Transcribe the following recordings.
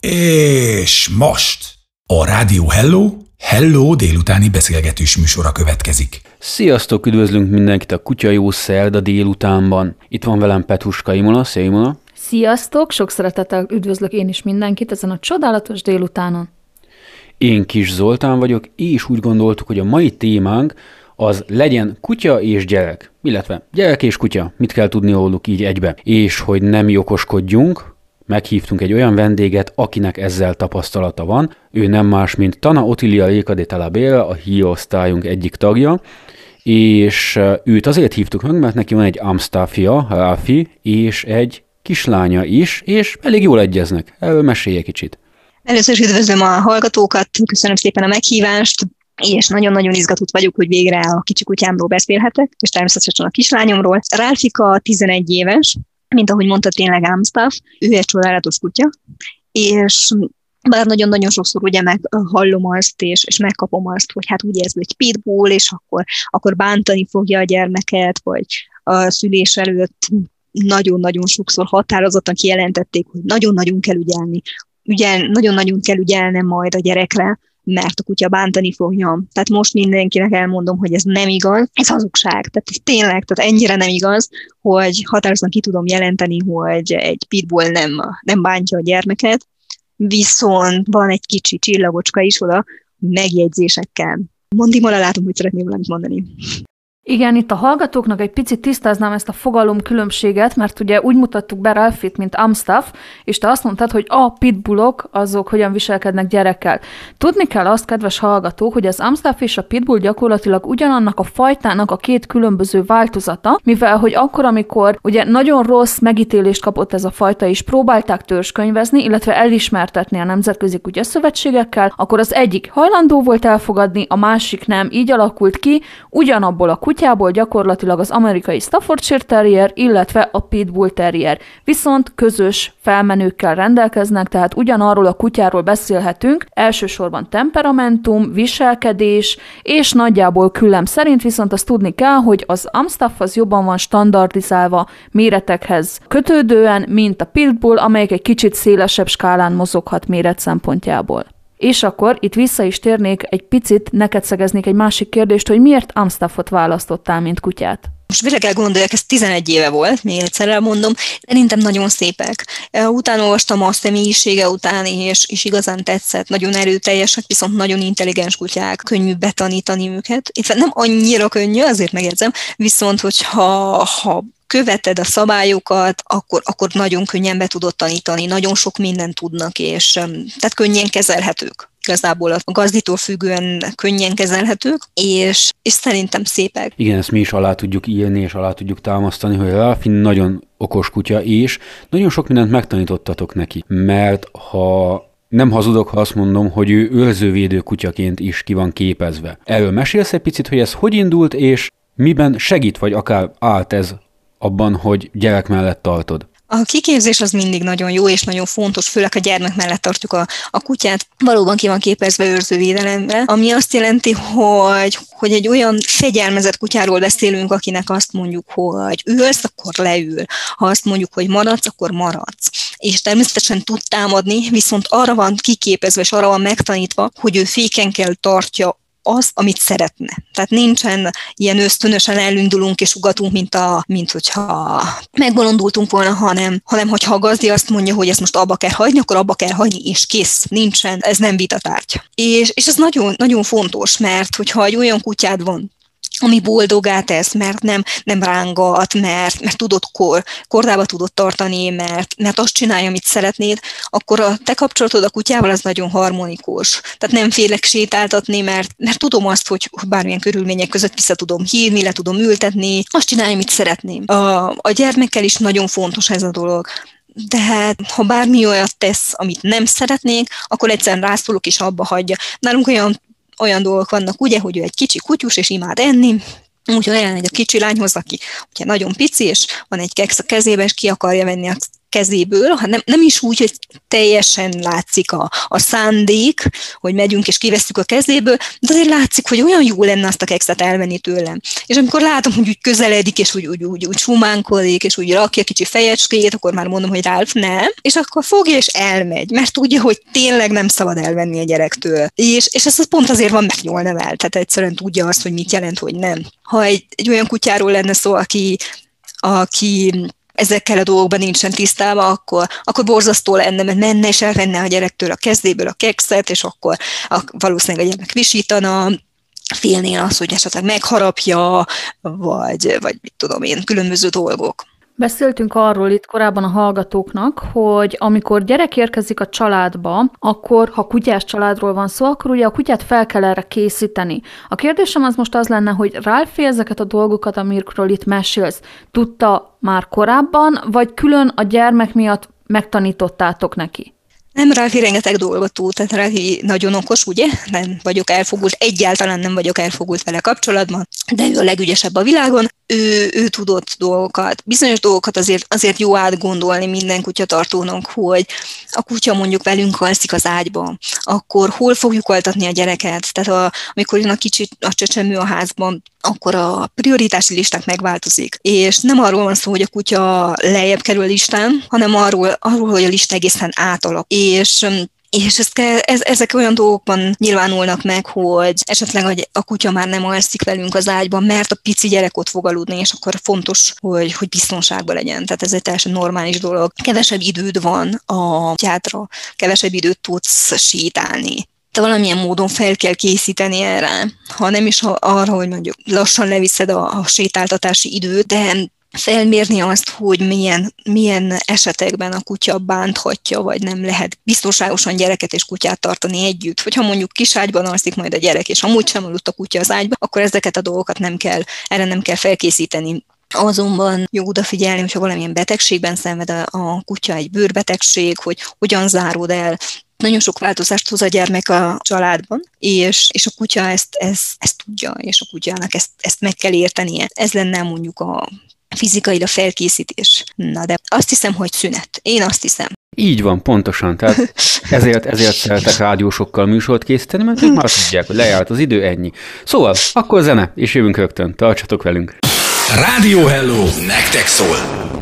És most a Rádió Hello délutáni beszélgetős műsora következik. Sziasztok, üdvözlünk mindenkit a Kutya Jó Szerda délutánban. Itt van velem Petruska Imola. Szia Imola! Sziasztok, sok szeretettel üdvözlök én is mindenkit ezen a csodálatos délutánon. Én Kis Zoltán vagyok, és úgy gondoltuk, hogy a mai témánk az legyen kutya és gyerek, illetve gyerek és kutya, mit kell tudni róluk így egybe. És hogy nem mi okoskodjunk, meghívtunk egy olyan vendéget, akinek ezzel tapasztalata van. Ő nem más, mint Tana Otilia Réka de Talavera, a hírosztályunk egyik tagja, és őt azért hívtuk meg, mert neki van egy amstaffia, Ralfi, és egy kislánya is, és elég jól egyeznek. Erről mesélj kicsit. Először is üdvözlöm a hallgatókat, köszönöm szépen a meghívást, és nagyon-nagyon izgatott vagyok, hogy végre a kicsi kutyámról beszélhetek, és természetesen a kislányomról. Ralfika 11 éves, mint ahogy mondta, tényleg amstaff, ő egy csodálatos kutya, és bár nagyon-nagyon sokszor ugye meghallom azt, és megkapom azt, hogy hát úgy érzi, hogy pitbull, és akkor bántani fogja a gyermeket, vagy a szülés előtt nagyon-nagyon sokszor határozottan kijelentették, hogy nagyon-nagyon kell ügyelni. Nagyon-nagyon kell ügyelnem majd a gyerekre, mert a kutya bántani fogja. Tehát most mindenkinek elmondom, hogy ez nem igaz, ez hazugság. Tehát ez tényleg, tehát ennyire nem igaz, hogy határozottan ki tudom jelenteni, hogy egy pitbull nem bántja a gyermeket, viszont van egy kicsi csillagocska is oda megjegyzésekkel. Mondd, Imola, látom, hogy szeretném valamit mondani. Igen, itt a hallgatóknak egy picit tisztáznám ezt a fogalomkülönbséget, mert ugye úgy mutattuk be Ralfit, mint amstaff, és te azt mondtad, hogy a pitbullok azok hogyan viselkednek gyerekkel. Tudni kell azt, kedves hallgatók, hogy az amstaff és a pitbull gyakorlatilag ugyanannak a fajtának a két különböző változata, mivel hogy akkor, amikor ugye nagyon rossz megítélést kapott ez a fajta, és próbálták törzskönyvezni, illetve elismertetni a nemzetközi kutyaszövetségekkel, akkor az egyik hajlandó volt elfogadni, a másik nem. Így alakult ki ugyanabból a kutyából gyakorlatilag az amerikai Staffordshire Terrier, illetve a Pitbull Terrier. Viszont közös felmenőkkel rendelkeznek, tehát ugyanarról a kutyáról beszélhetünk, elsősorban temperamentum, viselkedés, és nagyjából küllem szerint, viszont azt tudni kell, hogy az amstaff az jobban van standardizálva méretekhez kötődően, mint a Pitbull, amelyik egy kicsit szélesebb skálán mozoghat méret szempontjából. És akkor itt vissza is térnék egy picit, neked szegeznék egy másik kérdést, hogy miért amstaffot választottál, mint kutyát? Most végre kell gondoljak, ez 11 éve volt, még egyszer elmondom, szerintem nagyon szépek. Utána olvastam a személyisége után, és igazán tetszett, nagyon erőteljesek, viszont nagyon intelligens kutyák, könnyű betanítani őket. Itt nem annyira könnyű, azért megjegyzem, viszont hogyha követed a szabályokat, akkor nagyon könnyen be tudod tanítani, nagyon sok mindent tudnak, és tehát könnyen kezelhetők. Igazából a gazditól függően könnyen kezelhetők, és szerintem szépek. Igen, ezt mi is alá tudjuk írni, és alá tudjuk támasztani, hogy Ralfi nagyon okos kutya, és nagyon sok mindent megtanítottatok neki, mert ha nem hazudok, ha azt mondom, hogy ő őrzővédő kutyaként is ki van képezve. Erről mesélsz egy picit, hogy ez hogy indult, és miben segít, vagy akár állt ez abban, hogy gyerek mellett tartod? A kiképzés az mindig nagyon jó és nagyon fontos, főleg a gyermek mellett tartjuk a kutyát. Valóban ki van képezve őrzővédelemre, ami azt jelenti, hogy egy olyan fegyelmezett kutyáról beszélünk, akinek azt mondjuk, hogy ülsz, akkor leül. Ha azt mondjuk, hogy maradsz, akkor maradsz. És természetesen tud támadni, viszont arra van kiképezve és arra van megtanítva, hogy ő féken kell tartja az, amit szeretne. Tehát nincsen ilyen ösztönösen elindulunk és ugatunk, mint hogyha megbolondultunk volna, hanem hogyha a gazdi azt mondja, hogy ezt most abba kell hagyni, akkor abba kell hagyni, és kész, nincsen, ez nem vitatárgy. És ez nagyon, nagyon fontos, mert hogyha egy olyan kutyád van, ami boldogá tesz, mert nem rángat, mert tudod kordába tudod tartani, mert azt csinálja, amit szeretnéd, akkor a te kapcsolatod a kutyával az nagyon harmonikus. Tehát nem félek sétáltatni, mert tudom azt, hogy bármilyen körülmények között vissza tudom hívni, le tudom ültetni, azt csinálja, amit szeretném. A gyermekkel is nagyon fontos ez a dolog. De hát, ha bármi olyat tesz, amit nem szeretnénk, akkor egyszerűen rászólok és abba hagyja. Nálunk olyan dolgok vannak, ugye, hogy ő egy kicsi kutyus, és imád enni, úgyhogy elmegy a kicsi lányhoz, aki ugye nagyon pici, és van egy keksz a kezébe, és ki akarja venni a kezéből, hanem nem is úgy, hogy teljesen látszik a szándék, hogy megyünk és kivesszük a kezéből, de azért látszik, hogy olyan jó lenne azt a kekszet elvenni tőlem. És amikor látom, hogy úgy közeledik, és úgy sumánkodik, és úgy rakja kicsi fejecskét, akkor már mondom, hogy Ralph, nem, és akkor fogja és elmegy, mert tudja, hogy tényleg nem szabad elvenni a gyerektől. És ez pont azért van meg jól nevelt, tehát egyszerűen tudja azt, hogy mit jelent, hogy nem. Ha egy olyan kutyáról lenne szó, aki ezekkel a dolgokban nincsen tisztában, akkor borzasztó lenne, mert menne és elvenne a gyerektől a kezéből a kekszet, és akkor valószínűleg a gyermek visítana, félnél az, hogy esetleg megharapja, vagy mit tudom én, különböző dolgok. Beszéltünk arról itt korábban a hallgatóknak, hogy amikor gyerek érkezik a családba, akkor, ha kutyás családról van szó, akkor ugye a kutyát fel kell erre készíteni. A kérdésem az most az lenne, hogy Ralph ezeket a dolgokat, amikről itt mesélsz, tudta már korábban, vagy külön a gyermek miatt megtanítottátok neki? Nem, Ralph rengeteg dolgot tud, tehát Ralph nagyon okos, ugye? Nem vagyok elfogult, egyáltalán nem vagyok elfogult vele kapcsolatban, de ő a legügyesebb a világon, ő tudott dolgokat. Bizonyos dolgokat azért jó átgondolni minden kutyatartónak, hogy a kutya mondjuk velünk alszik az ágyban, akkor hol fogjuk altatni a gyereket? Tehát amikor jön a csecsemő a házban, akkor a prioritási listák megváltozik. És nem arról van szó, hogy a kutya lejjebb kerül a listán, hanem arról, hogy a lista egészen átalak. És ezek olyan dolgokban nyilvánulnak meg, hogy esetleg a kutya már nem alszik velünk az ágyban, mert a pici gyerek ott fog aludni, és akkor fontos, hogy biztonságban legyen. Tehát ez egy teljesen normális dolog. Kevesebb időd van a kutyádra, kevesebb időt tudsz sétálni. Te valamilyen módon fel kell készíteni erre, ha nem is arra, hogy mondjuk lassan leviszed a sétáltatási időt, de felmérni azt, hogy milyen esetekben a kutya bánthatja, vagy nem lehet biztonságosan gyereket és kutyát tartani együtt. Hogyha mondjuk kiságyban alszik majd a gyerek, és amúgy sem aludt a kutya az ágyba, akkor ezeket a dolgokat erre nem kell felkészíteni. Azonban jó odafigyelni, hogyha valamilyen betegségben szenved a kutya, egy bőrbetegség, hogy hogyan zárod el. Nagyon sok változást hoz a gyermek a családban, és a kutya ezt tudja, és a kutyának ezt meg kell értenie. Ez lenne mondjuk a fizikailag felkészítés. Na de azt hiszem, hogy szünet. Én azt hiszem. Így van, pontosan. Tehát ezért szeretek rádiósokkal műsort készíteni, mert ők már tudják, hogy lejárt az idő, ennyi. Szóval, akkor zene, és jövünk rögtön. Tartsatok velünk. Rádió Hello, nektek szól!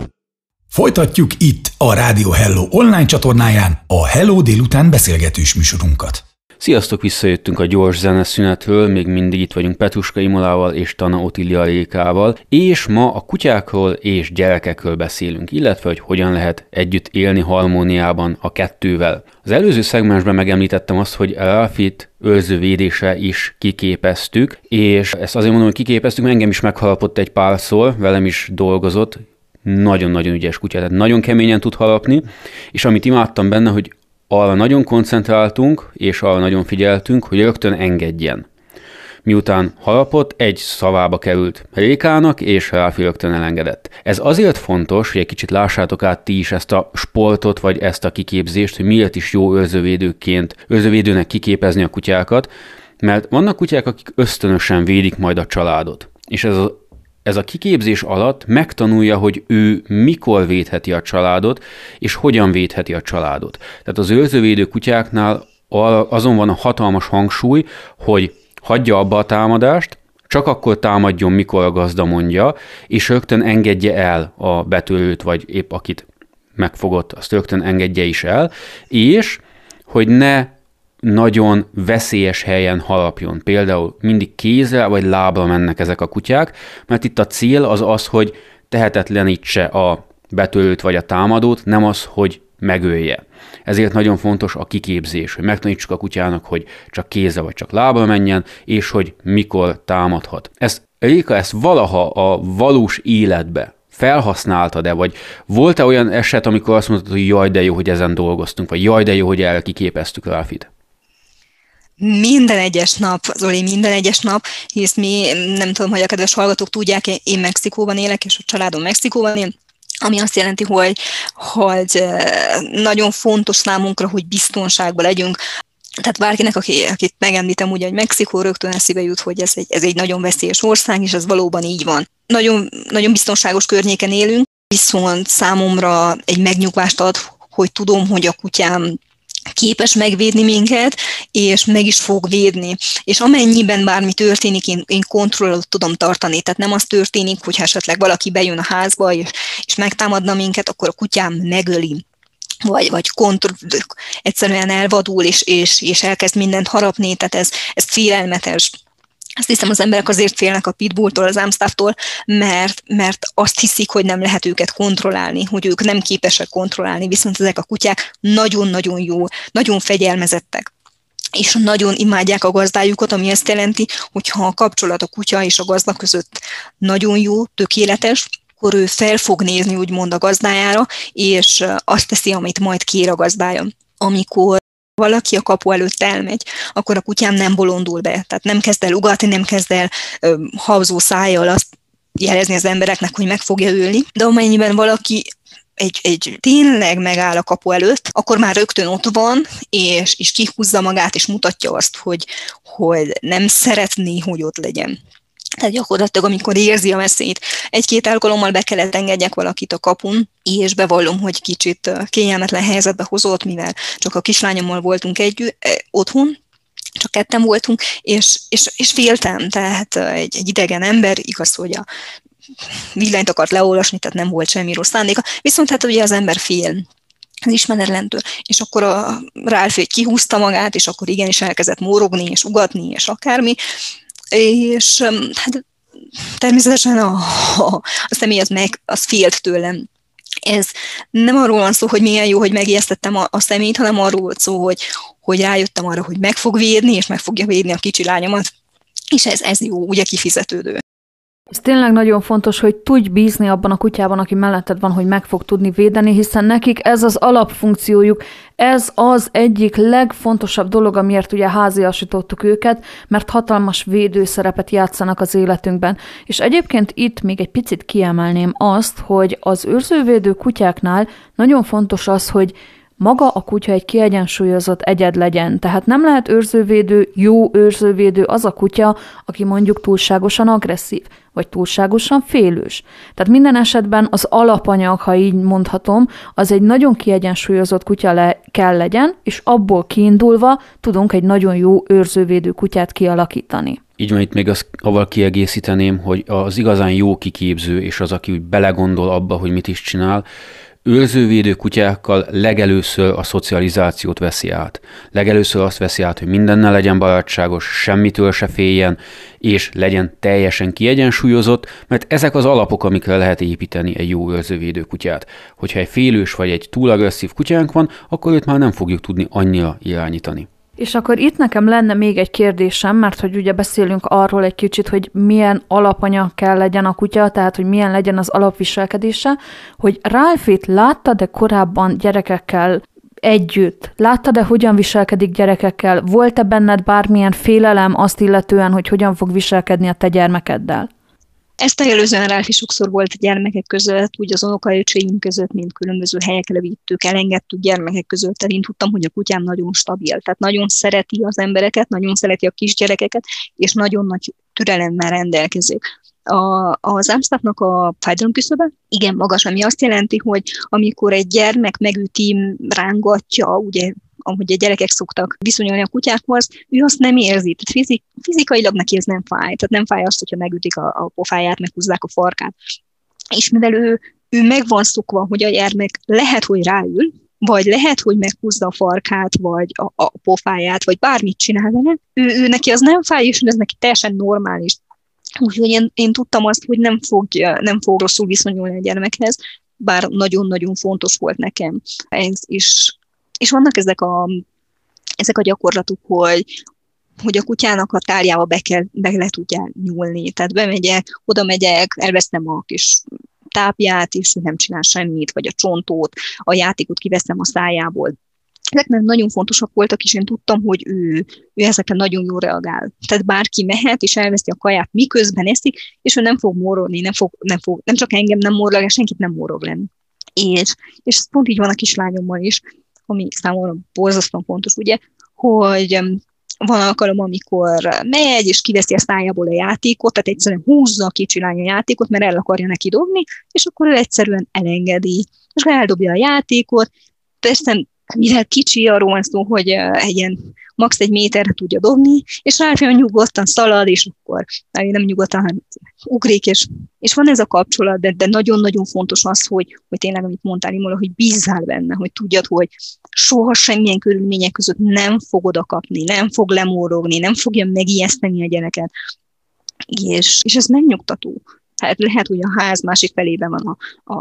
Folytatjuk itt a Rádió Hello online csatornáján a Hello délután beszélgetős műsorunkat. Sziasztok, visszajöttünk a gyors zeneszünetről, még mindig itt vagyunk Petruska Imolával és Tana Otília Rékával, és ma a kutyákról és gyerekekről beszélünk, illetve hogy hogyan lehet együtt élni harmóniában a kettővel. Az előző szegmensben megemlítettem azt, hogy Ralphit őrzővédésre is kiképeztük, és ezt azért mondom, hogy kiképeztük, mert engem is megharapott egy párszor, velem is dolgozott, nagyon-nagyon ügyes kutya, tehát nagyon keményen tud harapni, és amit imádtam benne, hogy arra nagyon koncentráltunk, és arra nagyon figyeltünk, hogy rögtön engedjen. Miután harapott, egy szavába került Rékának, és Ralph rögtön elengedett. Ez azért fontos, hogy egy kicsit lássátok át ti is ezt a sportot, vagy ezt a kiképzést, hogy miért is jó őrzővédőnek kiképezni a kutyákat, mert vannak kutyák, akik ösztönösen védik majd a családot. És ez a kiképzés alatt megtanulja, hogy ő mikor védheti a családot, és hogyan védheti a családot. Tehát az őrzővédő kutyáknál azon van a hatalmas hangsúly, hogy hagyja abba a támadást, csak akkor támadjon, mikor a gazda mondja, és rögtön engedje el a betörőt, vagy épp akit megfogott, azt rögtön engedje is el, és hogy ne nagyon veszélyes helyen harapjon. Például mindig kézzel vagy lábra mennek ezek a kutyák, mert itt a cél az, hogy tehetetlenítse a betörőt vagy a támadót, nem az, hogy megölje. Ezért nagyon fontos a kiképzés, hogy megtanítsuk a kutyának, hogy csak kézzel vagy csak lábra menjen, és hogy mikor támadhat. Réka, ezt valaha a valós életbe felhasználtad-e, vagy volt-e olyan eset, amikor azt mondtad, hogy jaj, de jó, hogy ezen dolgoztunk, vagy jaj, de jó, hogy erre kiképeztük Ralphit? Minden egyes nap, Zoli, minden egyes nap, hisz mi, nem tudom, hogy a kedves hallgatók tudják, én Mexikóban élek, és a családom Mexikóban él, ami azt jelenti, hogy nagyon fontos számunkra, hogy biztonságban legyünk. Tehát bárkinek, akit megemlítem úgy, hogy Mexikó, rögtön eszébe jut, hogy ez egy nagyon veszélyes ország, és ez valóban így van. Nagyon, nagyon biztonságos környéken élünk, viszont számomra egy megnyugvást ad, hogy tudom, hogy a kutyám képes megvédni minket, és meg is fog védni. És amennyiben bármi történik, én kontrollat tudom tartani. Tehát nem az történik, hogy esetleg valaki bejön a házba, és megtámadna minket, akkor a kutyám megöli. Vagy egyszerűen elvadul, és elkezd mindent harapni, tehát ez félelmetes. Azt hiszem, az emberek azért félnek a pitbulltól, az amstafftól, mert azt hiszik, hogy nem lehet őket kontrollálni, hogy ők nem képesek kontrollálni, viszont ezek a kutyák nagyon-nagyon jó, nagyon fegyelmezettek. És nagyon imádják a gazdájukat, ami azt jelenti, hogyha a kapcsolat a kutya és a gazda között nagyon jó, tökéletes, akkor ő fel fog nézni, úgymond a gazdájára, és azt teszi, amit majd kér a gazdája. Amikor valaki a kapu előtt elmegy, akkor a kutyám nem bolondul be. Tehát nem kezd el ugatni, nem kezd el habzó szájjal azt jelezni az embereknek, hogy meg fogja ölni. De amennyiben valaki egy tényleg megáll a kapu előtt, akkor már rögtön ott van, és kihúzza magát, és mutatja azt, hogy nem szeretné, hogy ott legyen. Tehát gyakorlatilag, amikor érzi a veszélyt, 1-2 alkalommal be kellett engedjek valakit a kapun, és bevallom, hogy kicsit kényelmetlen helyzetbe hozott, mivel csak a kislányommal voltunk otthon, csak ketten voltunk, és féltem, tehát egy idegen ember, igaz, hogy a villanyt akart leolvasni, tehát nem volt semmi rossz szándéka, viszont hát ugye az ember fél az ismeretlentől, és akkor a Ralph kihúzta magát, és akkor igenis elkezdett morogni, és ugatni, és akármi, és hát természetesen a személy az félt tőlem. Ez nem arról van szó, hogy milyen jó, hogy megijesztettem a személyt, hanem arról volt szó, hogy rájöttem arra, hogy meg fog védni, és meg fogja védni a kicsi lányomat, és ez jó, ugye kifizetődő. Ez tényleg nagyon fontos, hogy tudj bízni abban a kutyában, aki melletted van, hogy meg fog tudni védeni, hiszen nekik ez az alapfunkciójuk, ez az egyik legfontosabb dolog, amiért ugye háziasítottuk őket, mert hatalmas védőszerepet játszanak az életünkben. És egyébként itt még egy picit kiemelném azt, hogy az őrzővédő kutyáknál nagyon fontos az, hogy maga a kutya egy kiegyensúlyozott egyed legyen. Tehát nem lehet őrzővédő, jó őrzővédő az a kutya, aki mondjuk túlságosan agresszív, vagy túlságosan félős. Tehát minden esetben az alapanyag, ha így mondhatom, az egy nagyon kiegyensúlyozott kutya kell legyen, és abból kiindulva tudunk egy nagyon jó őrzővédő kutyát kialakítani. Így van, itt még avval kiegészíteném, hogy az igazán jó kiképző, és az, aki úgy belegondol abba, hogy mit is csinál, őrzővédő kutyákkal legelőször a szocializációt veszi át. Legelőször azt veszi át, hogy mindennel legyen barátságos, semmitől se féljen, és legyen teljesen kiegyensúlyozott, mert ezek az alapok, amikre lehet építeni egy jó őrzővédő kutyát. Hogyha egy félős vagy egy túl agresszív kutyánk van, akkor őt már nem fogjuk tudni annyira irányítani. És akkor itt nekem lenne még egy kérdésem, mert hogy ugye beszélünk arról egy kicsit, hogy milyen alapanyag kell legyen a kutya, tehát hogy milyen legyen az alapviselkedése, hogy Ralphit láttad-e korábban gyerekekkel együtt? Láttad-e, hogyan viselkedik gyerekekkel? Volt-e benned bármilyen félelem azt illetően, hogy hogyan fog viselkedni a te gyermekeddel? Ezt megelőzően Ralph sokszor volt a gyermekek között, úgy az unokaöcseim között, mint különböző helyekre vittük, elengedtük gyermekek között, tehát én tudtam, hogy a kutyám nagyon stabil, tehát nagyon szereti az embereket, nagyon szereti a kisgyerekeket, és nagyon nagy türelemmel rendelkezik. Az Amstaffnak a fájdalomküszöbe igen magas, ami azt jelenti, hogy amikor egy gyermek megüti, rángatja, ugye, ahogy a gyerekek szoktak viszonyulni a kutyákhoz, ő azt nem érzi. Tehát fizikailag neki ez nem fáj. Tehát nem fáj azt, hogyha megütik a pofáját, meghúzzák a farkát. És mivel ő meg van szokva, hogy a gyermek lehet, hogy ráül, vagy lehet, hogy meghúzza a farkát, vagy a pofáját, vagy bármit csinál vele, ő neki az nem fáj, és ez neki teljesen normális. Úgyhogy én tudtam azt, hogy nem fog rosszul viszonyulni a gyermekhez, bár nagyon-nagyon fontos volt nekem ez is. És vannak ezek a gyakorlatok, hogy a kutyának a tárjába be le tudjál nyúlni. Tehát bemegyek, oda megyek, elveszem a kis tápját, és nem csinál semmit, vagy a csontót, a játékot kiveszem a szájából. Ezek nagyon fontosak voltak, és én tudtam, hogy ő ezekre nagyon jól reagál. Tehát bárki mehet, és elveszi a kaját, miközben eszik, és ő nem fog morogni, nem csak engem nem morog, senkit nem morog lenni. És ez pont így van a kislányommal is, ami számomra borzasztóan fontos, ugye, hogy van alkalom, amikor megy, és kiveszi a szájából a játékot, tehát egyszerűen húzza a kicsi lány a játékot, mert el akarja neki dobni, és akkor ő egyszerűen elengedi, és eldobja a játékot. Persze, mivel kicsi, arról van szó, hogy egy ilyen max. 1 méterre tudja dobni, és Ralphie nyugodtan szalad, és akkor nem nyugodtan, hanem ugrik, és van ez a kapcsolat, de nagyon-nagyon fontos az, hogy tényleg, amit mondtál, Imola, hogy bízzál benne, hogy tudjad, hogy soha semmilyen körülmények között nem fog oda kapni, nem fog lemórogni, nem fogja megijeszteni a gyereket, és ez megnyugtató. Hát lehet, hogy a ház másik felében van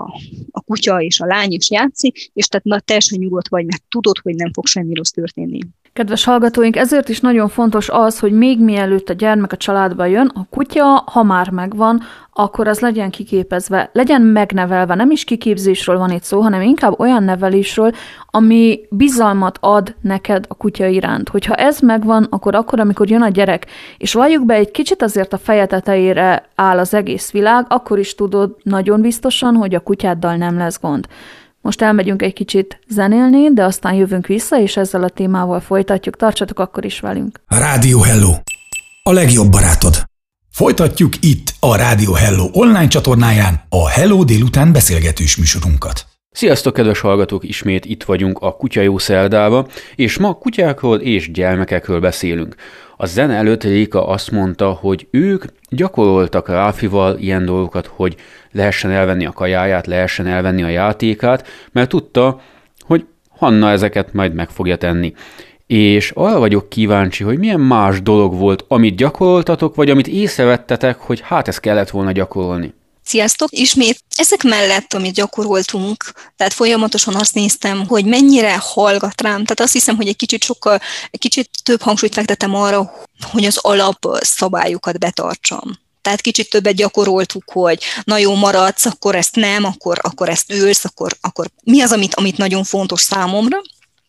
a kutya és a lány is játszik, és tehát teljesen nyugodt vagy, mert tudod, hogy nem fog semmi rossz történni. Kedves hallgatóink, ezért is nagyon fontos az, hogy még mielőtt a gyermek a családba jön, a kutya, ha már megvan, akkor az legyen kiképezve, legyen megnevelve. Nem is kiképzésről van itt szó, hanem inkább olyan nevelésről, ami bizalmat ad neked a kutya iránt. Hogyha ez megvan, akkor amikor jön a gyerek, és valljuk be, egy kicsit azért a feje tetejére áll az egész világ, akkor is tudod nagyon biztosan, hogy a kutyáddal nem lesz gond. Most elmegyünk egy kicsit zenélni, de aztán jövünk vissza, és ezzel a témával folytatjuk. Tartsatok akkor is velünk. Rádió Hello. A legjobb barátod. Folytatjuk itt a Rádió Hello online csatornáján a Hello délután beszélgetős műsorunkat. Sziasztok, kedves hallgatók! Ismét itt vagyunk a Kutya Jó Szerdába, és ma kutyákról és gyermekekről beszélünk. A zene előtt Réka azt mondta, hogy ők gyakoroltak Ralphie-val ilyen dolgokat, hogy lehessen elvenni a kajáját, lehessen elvenni a játékát, mert tudta, hogy Hanna ezeket majd meg fogja tenni. És arra vagyok kíváncsi, hogy milyen más dolog volt, amit gyakoroltatok, vagy amit észrevettetek, hogy hát ezt kellett volna gyakorolni. Sziasztok! Ismét ezek mellett, amit gyakoroltunk, tehát folyamatosan azt néztem, hogy mennyire hallgat rám. Tehát azt hiszem, hogy egy kicsit több hangsúlyt fektetem arra, hogy az alapszabályokat betartsam. Tehát kicsit többet gyakoroltuk, hogy na jó, maradsz, akkor ezt nem, akkor ezt ülsz, akkor mi az, amit nagyon fontos számomra.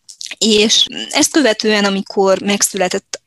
És ezt követően, amikor megszületett,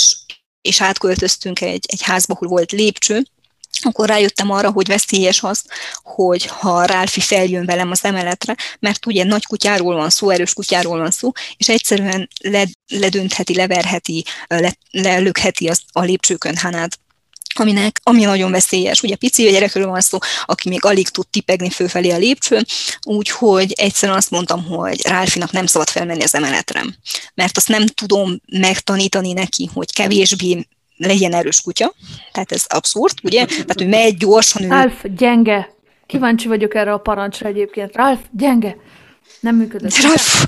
és átköltöztünk egy házba, ahol volt lépcső, akkor rájöttem arra, hogy veszélyes az, hogy ha Ralphie feljön velem az emeletre, mert ugye nagy kutyáról van szó, erős kutyáról van szó, és egyszerűen ledöntheti, leverheti, lelökheti a lépcsőkön Hannát, ami nagyon veszélyes. Ugye pici gyerekről van szó, aki még alig tud tipegni fölfelé a lépcsőn, úgyhogy egyszerűen azt mondtam, hogy Ralphie-nak nem szabad felmenni az emeletre, mert azt nem tudom megtanítani neki, hogy kevésbé legyen erős kutya, tehát ez abszurd, ugye? Tehát ő megy gyorsan. Ralph, gyenge. Kíváncsi vagyok erre a parancsra egyébként. Ralph, gyenge. Nem működik. Ralph,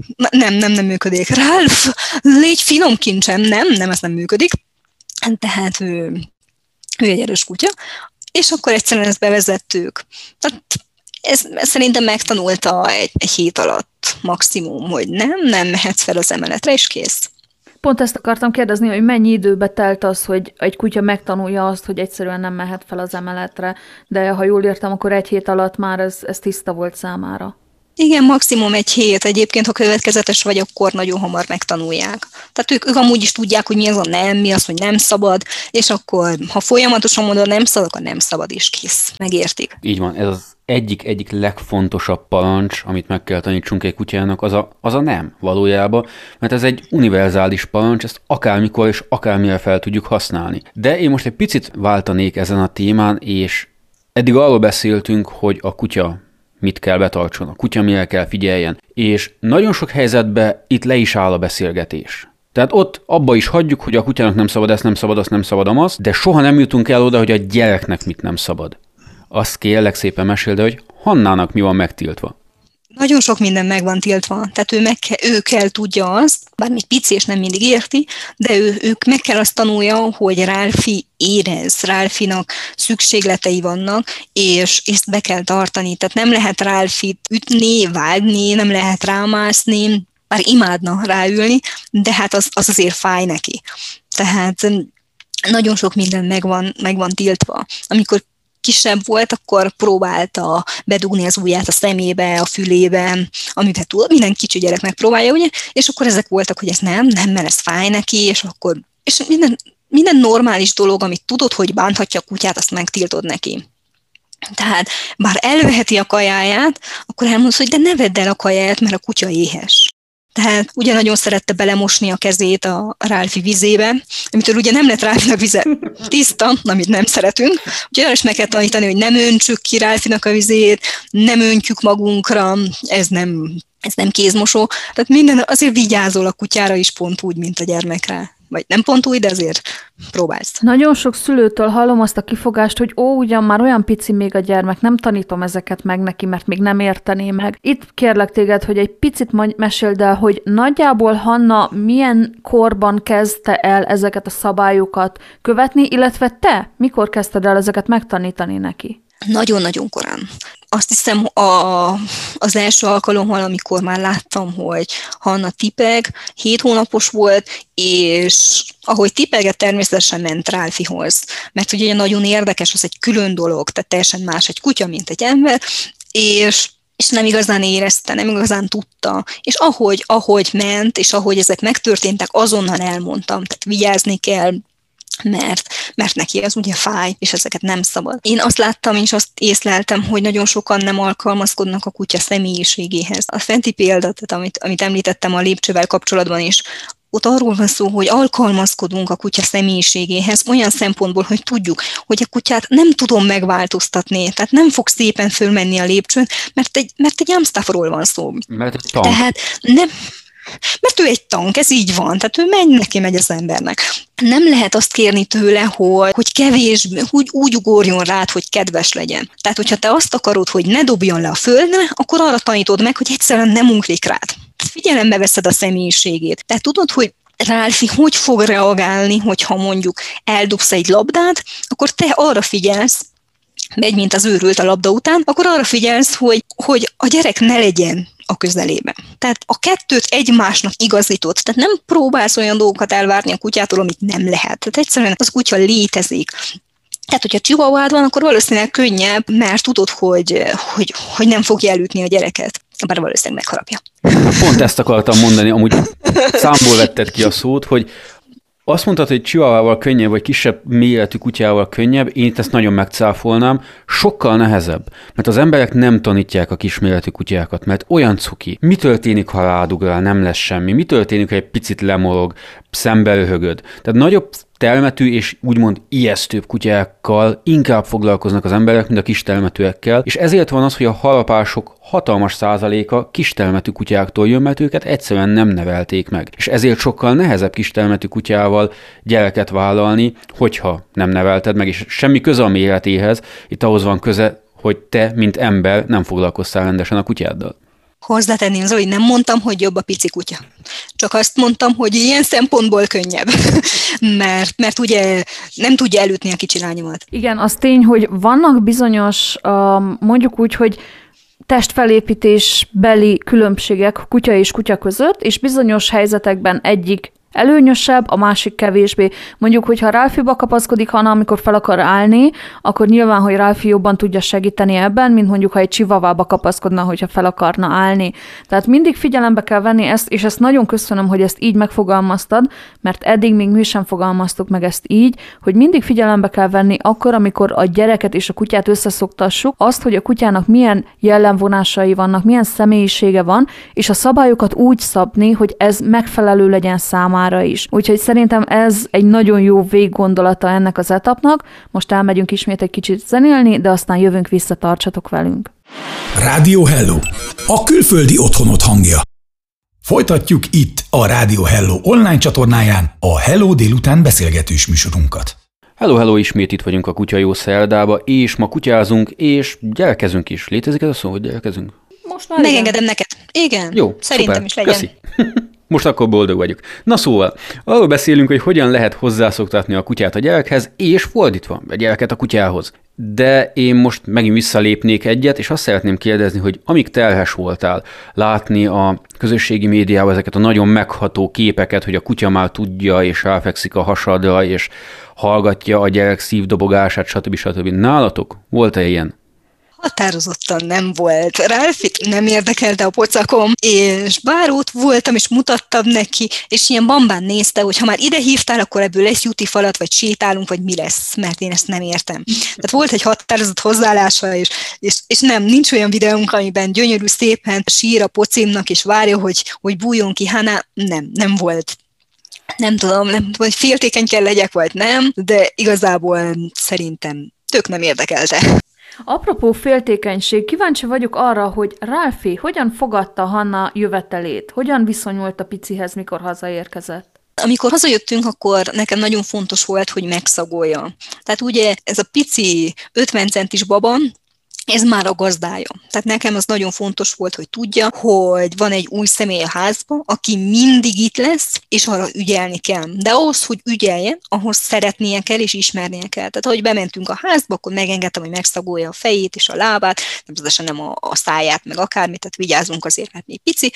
nem működik. Ralph, légy finom kincsem. Nem, ez nem működik. Tehát ő egy erős kutya, és akkor egyszerűen ezt bevezettük. Tehát ez szerintem megtanulta egy hét alatt maximum, hogy nem mehetsz fel az emeletre, és kész. Pont ezt akartam kérdezni, hogy mennyi időbe telt az, hogy egy kutya megtanulja azt, hogy egyszerűen nem mehet fel az emeletre, de ha jól értem, akkor 1 hét alatt már ez tiszta volt számára. Igen, maximum 1 hét. Egyébként, ha következetes vagy, akkor nagyon hamar megtanulják. Tehát ők amúgy is tudják, hogy mi az a nem, mi az, hogy nem szabad, és akkor, ha folyamatosan mondod, nem szabad, akkor nem szabad, és kész. Megértik. Így van, ez az egyik legfontosabb parancs, amit meg kell tanítsunk egy kutyának, az a nem valójában, mert ez egy univerzális parancs, ezt akármikor és akármire fel tudjuk használni. De én most egy picit váltanék ezen a témán, és eddig arról beszéltünk, hogy a kutya mit kell betartson, a kutya mire kell figyeljen, és nagyon sok helyzetben itt le is áll a beszélgetés. Tehát ott abba is hagyjuk, hogy a kutyának nem szabad ezt, nem szabad azt, nem szabad amazt, de soha nem jutunk el oda, hogy a gyereknek mit nem szabad. Azt kérlek szépen meséld, hogy Hannának mi van megtiltva. Nagyon sok minden meg van tiltva, tehát ő kell tudja azt, bár még pici és nem mindig érti, de ők meg kell azt tanulja, hogy Ralphie érez, Ralphie-nak szükségletei vannak, és ezt be kell tartani. Tehát nem lehet Ralphie-t ütni, vágni, nem lehet rámászni, bár imádna ráülni, de hát az azért fáj neki. Tehát nagyon sok minden meg van tiltva. Amikor kisebb volt, akkor próbálta bedugni az ujját a szemébe, a fülébe, amit tudod, minden kicsi gyerek megpróbálja, ugye? És akkor ezek voltak, hogy ez nem, mert ez fáj neki, és minden normális dolog, amit tudod, hogy bánthatja a kutyát, azt megtiltod neki. Tehát bár elveheti a kajáját, akkor elmondod, hogy de ne vedd el a kajáját, mert a kutya éhes. Tehát ugye nagyon szerette belemosni a kezét a Ralphie vizébe, amitől ugye nem lett Ralphie-nak vize tiszta, amit nem szeretünk. Úgyhogy arra is meg kell tanítani, hogy nem öntsük ki Ralphie-nak a vizét, nem öntjük magunkra, ez nem kézmosó. Tehát minden azért vigyázol a kutyára is pont úgy, mint a gyermekre. Vagy nem pont úgy, de azért próbálsz. Nagyon sok szülőtől hallom azt a kifogást, hogy ugyan már olyan pici még a gyermek, nem tanítom ezeket meg neki, mert még nem értené meg. Itt kérlek téged, hogy egy picit meséld el, hogy nagyjából Hanna milyen korban kezdte el ezeket a szabályokat követni, illetve te mikor kezdted el ezeket megtanítani neki? Nagyon-nagyon korán. Azt hiszem az első alkalommal, amikor már láttam, hogy Hanna tipeg, 7 hónapos volt, és ahogy tipegett, természetesen ment Ralphiehoz. Mert ugye nagyon érdekes, az egy külön dolog, tehát teljesen más egy kutya, mint egy ember, és nem igazán érezte, nem igazán tudta. És ahogy ment, és ahogy ezek megtörténtek, azonnal elmondtam, tehát vigyázni kell, mert neki az ugye fáj, és ezeket nem szabad. Én azt láttam, és azt észleltem, hogy nagyon sokan nem alkalmazkodnak a kutya személyiségéhez. A fenti példa, tehát amit említettem a lépcsővel kapcsolatban is, ott arról van szó, hogy alkalmazkodunk a kutya személyiségéhez olyan szempontból, hogy tudjuk, hogy a kutyát nem tudom megváltoztatni, tehát nem fog szépen fölmenni a lépcsőn, mert egy Amstaffról van szó. Mert egy tank. Tehát nem... Mert ő egy tank, ez így van, tehát ő neki megy az embernek. Nem lehet azt kérni tőle, hogy kevés, úgy ugorjon rád, hogy kedves legyen. Tehát, hogyha te azt akarod, hogy ne dobjon le a földre, akkor arra tanítod meg, hogy egyszerűen nem unklik rád. Figyelembe veszed a személyiségét. Tehát tudod, hogy Ralphie hogy fog reagálni, hogyha mondjuk eldobsz egy labdát, akkor te arra figyelsz, megy, mint az őrült a labda után, akkor arra figyelsz, hogy a gyerek ne legyen a közelében. Tehát a kettőt egymásnak igazítod, tehát nem próbálsz olyan dolgokat elvárni a kutyától, amit nem lehet. Tehát egyszerűen az kutya létezik. Tehát, hogyha chihuahuád van, akkor valószínűleg könnyebb, mert tudod, hogy nem fogja elütni a gyereket. Bár valószínűleg megharapja. Pont ezt akartam mondani, amúgy számból vetted ki a szót, hogy azt mondtad, hogy chihuahuával könnyebb, vagy kisebb méretű kutyával könnyebb, én ezt nagyon megcáfolnám, sokkal nehezebb, mert az emberek nem tanítják a kisméretű kutyákat, mert olyan cuki. Mi történik, ha rádugrál, nem lesz semmi? Mi történik, ha egy picit lemorog, szembe röhögöd? Tehát nagyobb termetű és úgymond ijesztőbb kutyákkal inkább foglalkoznak az emberek, mint a kistermetűekkel, és ezért van az, hogy a harapások hatalmas százaléka kistermetű kutyáktól jön, mert őket egyszerűen nem nevelték meg. És ezért sokkal nehezebb kistermetű kutyával gyereket vállalni, hogyha nem nevelted meg, és semmi köze a méretéhez, itt ahhoz van köze, hogy te, mint ember nem foglalkoztál rendesen a kutyáddal. Hozzátenném, Zoli, nem mondtam, hogy jobb a pici kutya. Csak azt mondtam, hogy ilyen szempontból könnyebb. mert ugye nem tudja elütni a kicsi lányomat. Igen, az tény, hogy vannak bizonyos, mondjuk úgy, hogy testfelépítésbeli különbségek kutya és kutya között, és bizonyos helyzetekben egyik előnyösebb, a másik kevésbé. Mondjuk, hogyha Ralphie-ba kapaszkodik Hanna, amikor fel akar állni, akkor nyilván, hogy Ralphie jobban tudja segíteni ebben, mint mondjuk, ha egy chihuahuába kapaszkodna, hogyha fel akarna állni. Tehát mindig figyelembe kell venni ezt, és ezt nagyon köszönöm, hogy ezt így megfogalmaztad, mert eddig még mi sem fogalmaztuk meg ezt így, hogy mindig figyelembe kell venni akkor, amikor a gyereket és a kutyát összeszoktassuk, azt, hogy a kutyának milyen jellemvonásai vannak, milyen személyisége van, és a szabályokat úgy szabni, hogy ez megfelelő legyen számára is. Úgyhogy szerintem ez egy nagyon jó véggondolata ennek az etapnak. Most elmegyünk ismét egy kicsit zenélni, de aztán jövünk vissza, tartsatok velünk. Rádió Hello, a külföldi otthonod hangja. Folytatjuk itt a Rádió Hello online csatornáján a Hello délután beszélgetős műsorunkat. Hello, ismét itt vagyunk a Kutya Jó szerdába, és ma kutyázunk, és gyerkezünk is. Létezik ez a szó, hogy gyerkezünk? Most már megengedem neked. Igen. Jó, szerintem szuper. Is legyen. Köszi. Most akkor boldog vagyok. Na szóval, arról beszélünk, hogy hogyan lehet hozzászoktatni a kutyát a gyerekhez, és fordítva a gyereket a kutyához. De én most megint visszalépnék egyet, és azt szeretném kérdezni, hogy amíg terhes voltál látni a közösségi médiában ezeket a nagyon megható képeket, hogy a kutya már tudja, és ráfekszik a hasadra, és hallgatja a gyerek szívdobogását, stb. Nálatok volt-e ilyen? határozottan nem volt. Ralphit nem érdekelte a pocakom, és bár ott voltam, és mutattam neki, és ilyen bambán nézte, hogy ha már ide hívtál, akkor ebből lesz jutifalat, vagy sétálunk, vagy mi lesz, mert én ezt nem értem. Tehát volt egy határozott hozzáállása, és nincs olyan videónk, amiben gyönyörű szépen sír a pocimnak, és várja, hogy bújjon ki Hannah. Nem volt. Nem tudom, hogy féltékeny kell legyek, vagy nem, de igazából szerintem tök nem érdekelte. Apropó féltékenység, kíváncsi vagyok arra, hogy Ralphie hogyan fogadta Hannah jövetelét, hogyan viszonyult a picihez, mikor hazaérkezett? Amikor hazajöttünk, akkor nekem nagyon fontos volt, hogy megszagolja. Tehát ugye ez a pici 50 centis baba, ez már a gazdája. Tehát nekem az nagyon fontos volt, hogy tudja, hogy van egy új személy a házban, aki mindig itt lesz, és arra ügyelni kell. De ahhoz, hogy ügyeljen, ahhoz szeretnie kell és ismernie kell. Tehát ahogy bementünk a házba, akkor megengedtem, hogy megszagolja a fejét és a lábát, természetesen nem a száját, meg akármit, tehát vigyázzunk azért, mert még pici,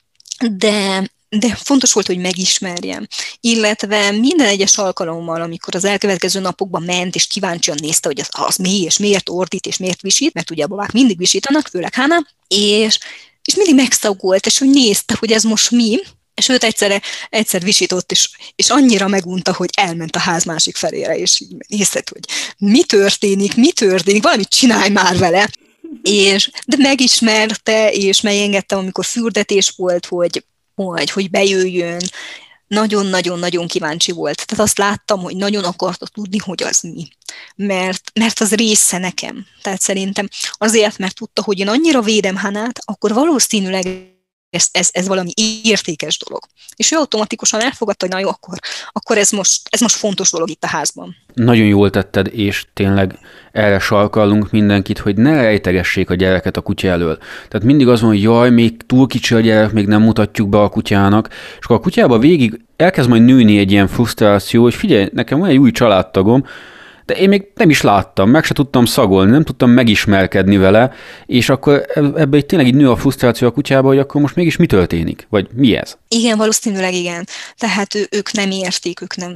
de fontos volt, hogy megismerjem. Illetve minden egyes alkalommal, amikor az elkövetkező napokban ment, és kíváncsian nézte, hogy az mi, és miért ordít, és miért visít, mert ugye a babák mindig visítanak, főleg Hannah, és mindig megszagolt, és hogy nézte, hogy ez most mi, és őt egyszer visított, és annyira megunta, hogy elment a ház másik felére, és így nézett, hogy mi történik, valamit csinálj már vele. De megismerte, és megengedtem, amikor fürdetés volt, hogy bejöjjön, nagyon-nagyon-nagyon kíváncsi volt. Tehát azt láttam, hogy nagyon akarta tudni, hogy az mi. Mert az része nekem. Tehát szerintem azért, mert tudta, hogy én annyira védem Hannát, akkor valószínűleg ez valami értékes dolog. És ő automatikusan elfogadta, hogy na jó, akkor ez most fontos dolog itt a házban. Nagyon jól tetted, és tényleg erre sarkallunk mindenkit, hogy ne rejtegessék a gyereket a kutya elől. Tehát mindig az van, hogy jaj, még túl kicsi a gyerek, még nem mutatjuk be a kutyának, és akkor a kutyába végig elkezd majd nőni egy ilyen frusztráció, hogy figyelj, nekem van egy új családtagom, de én még nem is láttam, meg se tudtam szagolni, nem tudtam megismerkedni vele, és akkor ebbe tényleg így nő a frusztráció a kutyába, hogy akkor most mégis mi történik? Vagy mi ez? Igen, valószínűleg igen. Tehát ők nem értik,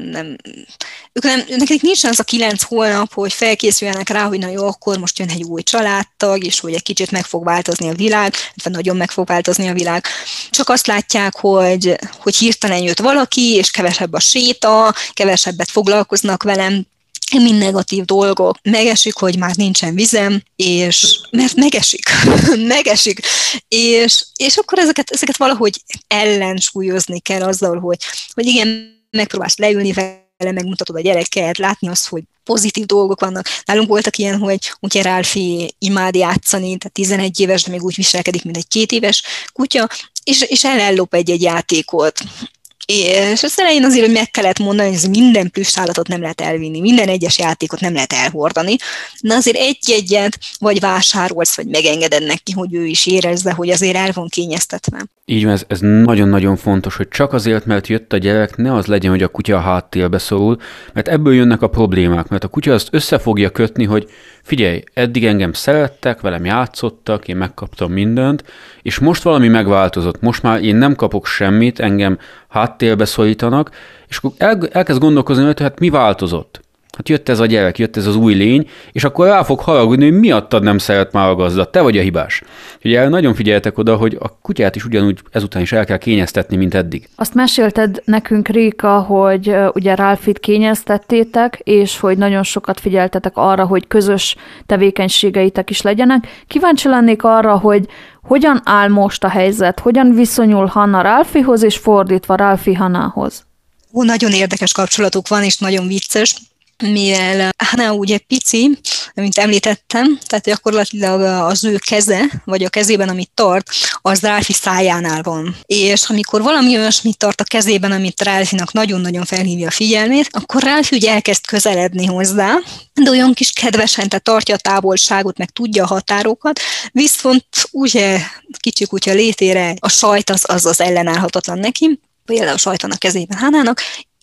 nekik nincs az a 9 hónap, hogy felkészüljenek rá, hogy na jó, akkor most jön egy új családtag, és hogy egy kicsit meg fog változni a világ, vagy nagyon meg fog változni a világ. Csak azt látják, hogy hirtelen jött valaki, és kevesebb a séta, kevesebbet foglalkoznak velem, mind negatív dolgok. Megesik, hogy már nincsen vizem, mert megesik. És akkor ezeket valahogy ellensúlyozni kell azzal, hogy igen, megpróbálsz leülni vele, megmutatod a gyereket, látni azt, hogy pozitív dolgok vannak. Nálunk voltak ilyen, hogy ugye Ralphie imád játszani, tehát 11 éves, de még úgy viselkedik, mint egy 2 éves kutya, és ellop egy játékot. És az elején azért, hogy meg kellett mondani, hogy minden plusz állatot nem lehet elvinni, minden egyes játékot nem lehet elhordani, de azért egy-egyet vagy vásárolsz, vagy megengeded neki, hogy ő is érezze, hogy azért el van kényeztetve. Így van, ez nagyon-nagyon fontos, hogy csak azért, mert jött a gyerek, ne az legyen, hogy a kutya a háttérbe szorul, mert ebből jönnek a problémák, mert a kutya azt össze fogja kötni, hogy figyelj, eddig engem szerettek, velem játszottak, én megkaptam mindent, és most valami megváltozott, most már én nem kapok semmit, engem háttérbe szorítanak, és akkor elkezd gondolkozni, hogy hát mi változott? Hát jött ez a gyerek, jött ez az új lény, és akkor rá fog haragudni, hogy miattad nem szeret már a gazda, te vagy a hibás. Ugye nagyon figyeltek oda, hogy a kutyát is ugyanúgy ezután is el kell kényeztetni, mint eddig. Azt mesélted nekünk, Réka, hogy ugye Ralphit kényeztettétek, és hogy nagyon sokat figyeltetek arra, hogy közös tevékenységeitek is legyenek. Kíváncsi lennék arra, hogy hogyan áll most a helyzet, hogyan viszonyul Hannah Ralphiehoz, és fordítva Ralphie Hannahhoz. Nagyon érdekes kapcsolatuk van, és nagyon vicces, mivel Hannah ugye pici, mint említettem, tehát gyakorlatilag az ő keze, vagy a kezében, amit tart, az Ralphie szájánál van. És amikor valami olyasmit tart a kezében, amit Ralphie-nak nagyon-nagyon felhívja a figyelmét, akkor Ralphie ugye elkezd közeledni hozzá, de olyan kis kedvesen, tehát tartja a távolságot, meg tudja a határokat, viszont ugye kicsi kutya létére a sajt az ellenállhatatlan neki, például a sajt van a kezében Hannahnak,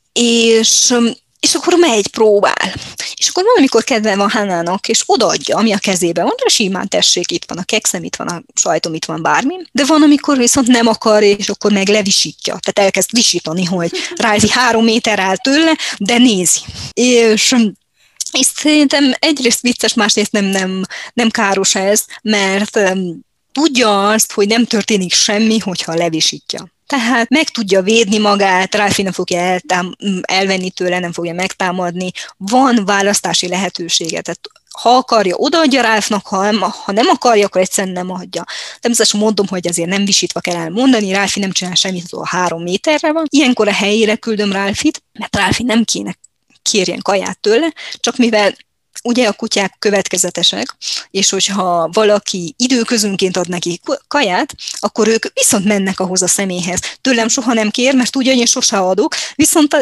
és akkor megy, próbál. És akkor valamikor kedve van Hannahnak, és odaadja, ami a kezében van, de simán tessék, itt van a kekszem, itt van a sajtom, itt van bármi. De van, amikor viszont nem akar, és akkor meg levisítja. Tehát elkezd visítani, hogy Ralphie 3 méter áll tőle, de nézi. És szerintem egyrészt vicces, másrészt nem káros ez, mert tudja azt, hogy nem történik semmi, hogyha levisítja. Tehát meg tudja védni magát, Ralphie nem fogja elvenni tőle, nem fogja megtámadni, van választási lehetősége, tehát ha akarja, odaadja Ralphnak, ha nem akarja, akkor egyszerűen nem adja. Természetesen mondom, hogy azért nem visítva kell elmondani, Ralphie nem csinál semmit, a 3 méterre van. Ilyenkor a helyére küldöm Ralphie-t, mert Ralphie nem kéne kérjen kaját tőle, csak mivel ugye a kutyák következetesek, és hogyha valaki időközönként ad neki kaját, akkor ők viszont mennek ahhoz a személyhez. Tőlem soha nem kér, mert tudja, hogy én sose adok, viszont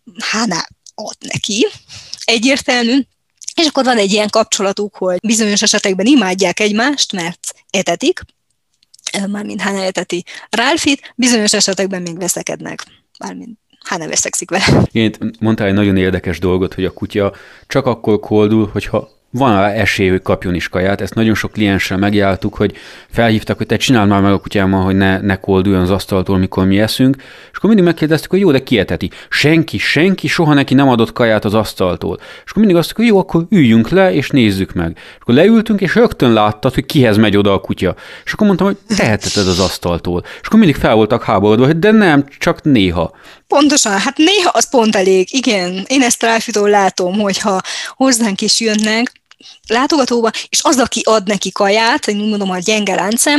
ad neki. Egyértelmű. És akkor van egy ilyen kapcsolatuk, hogy bizonyos esetekben imádják egymást, mert etetik, mármint Hana eteti Ralphie-t, bizonyos esetekben még veszekednek, mármint Hana veszekszik vele. Mondtál egy nagyon érdekes dolgot, hogy a kutya csak akkor koldul, hogyha van rá esély, hogy kapjon is kaját. Ezt nagyon sok klienssel megjártuk, hogy felhívtak, hogy te csináld már meg a kutyámmal, hogy ne kolduljon az asztaltól, mikor mi eszünk. És akkor mindig megkérdeztük, hogy jó, de ki eteti? Senki soha neki nem adott kaját az asztaltól. És akkor mindig azt mondjuk, hogy jó, akkor üljünk le, és nézzük meg. És akkor leültünk, és rögtön láttad, hogy kihez megy oda a kutya. És akkor mondtam, hogy teheted az asztaltól. És akkor mindig fel voltak háborodva, hogy de nem, csak néha. Pontosan, hát néha az pont elég, igen. Én ezt Ralphie-tól látom, hogyha hozzánk is jönnek látogatóba, és az, aki ad neki kaját, én úgy mondom, a gyenge láncem,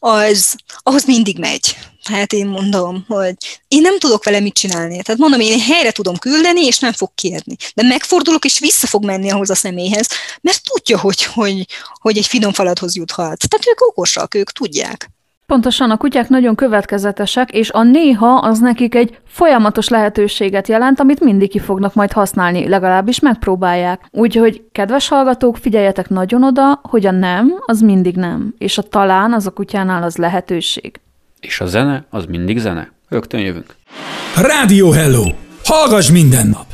ahhoz mindig megy. Hát én mondom, hogy én nem tudok vele mit csinálni. Tehát mondom, én helyre tudom küldeni, és nem fog kérni. De megfordulok, és vissza fog menni ahhoz a személyhez, mert tudja, hogy egy finom falathoz juthat. Tehát ők okosak, ők tudják. Pontosan, a kutyák nagyon következetesek, és a néha az nekik egy folyamatos lehetőséget jelent, amit mindig ki fognak majd használni, legalábbis megpróbálják. Úgyhogy, kedves hallgatók, figyeljetek nagyon oda, hogy a nem, az mindig nem, és a talán az a kutyánál az lehetőség. És a zene, az mindig zene. Rögtön jövünk. Rádió Hello! Hallgass minden nap!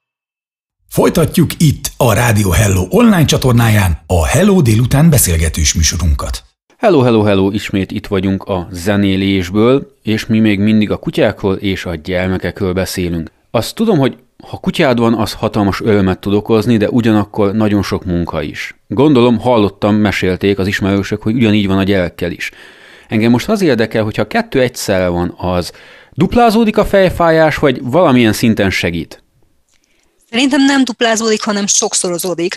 Folytatjuk itt a Rádió Hello online csatornáján a Hello délután beszélgetős műsorunkat. Hello, ismét itt vagyunk a zenélésből, és mi még mindig a kutyákról és a gyermekekről beszélünk. Azt tudom, hogy ha kutyád van, az hatalmas örömet tud okozni, de ugyanakkor nagyon sok munka is. Gondolom, hallottam, mesélték az ismerősök, hogy ugyanígy van a gyerekkel is. Engem most az érdekel, hogyha 2 egyszerre van, az duplázódik a fejfájás, vagy valamilyen szinten segít? Szerintem nem duplázódik, hanem sokszorozódik.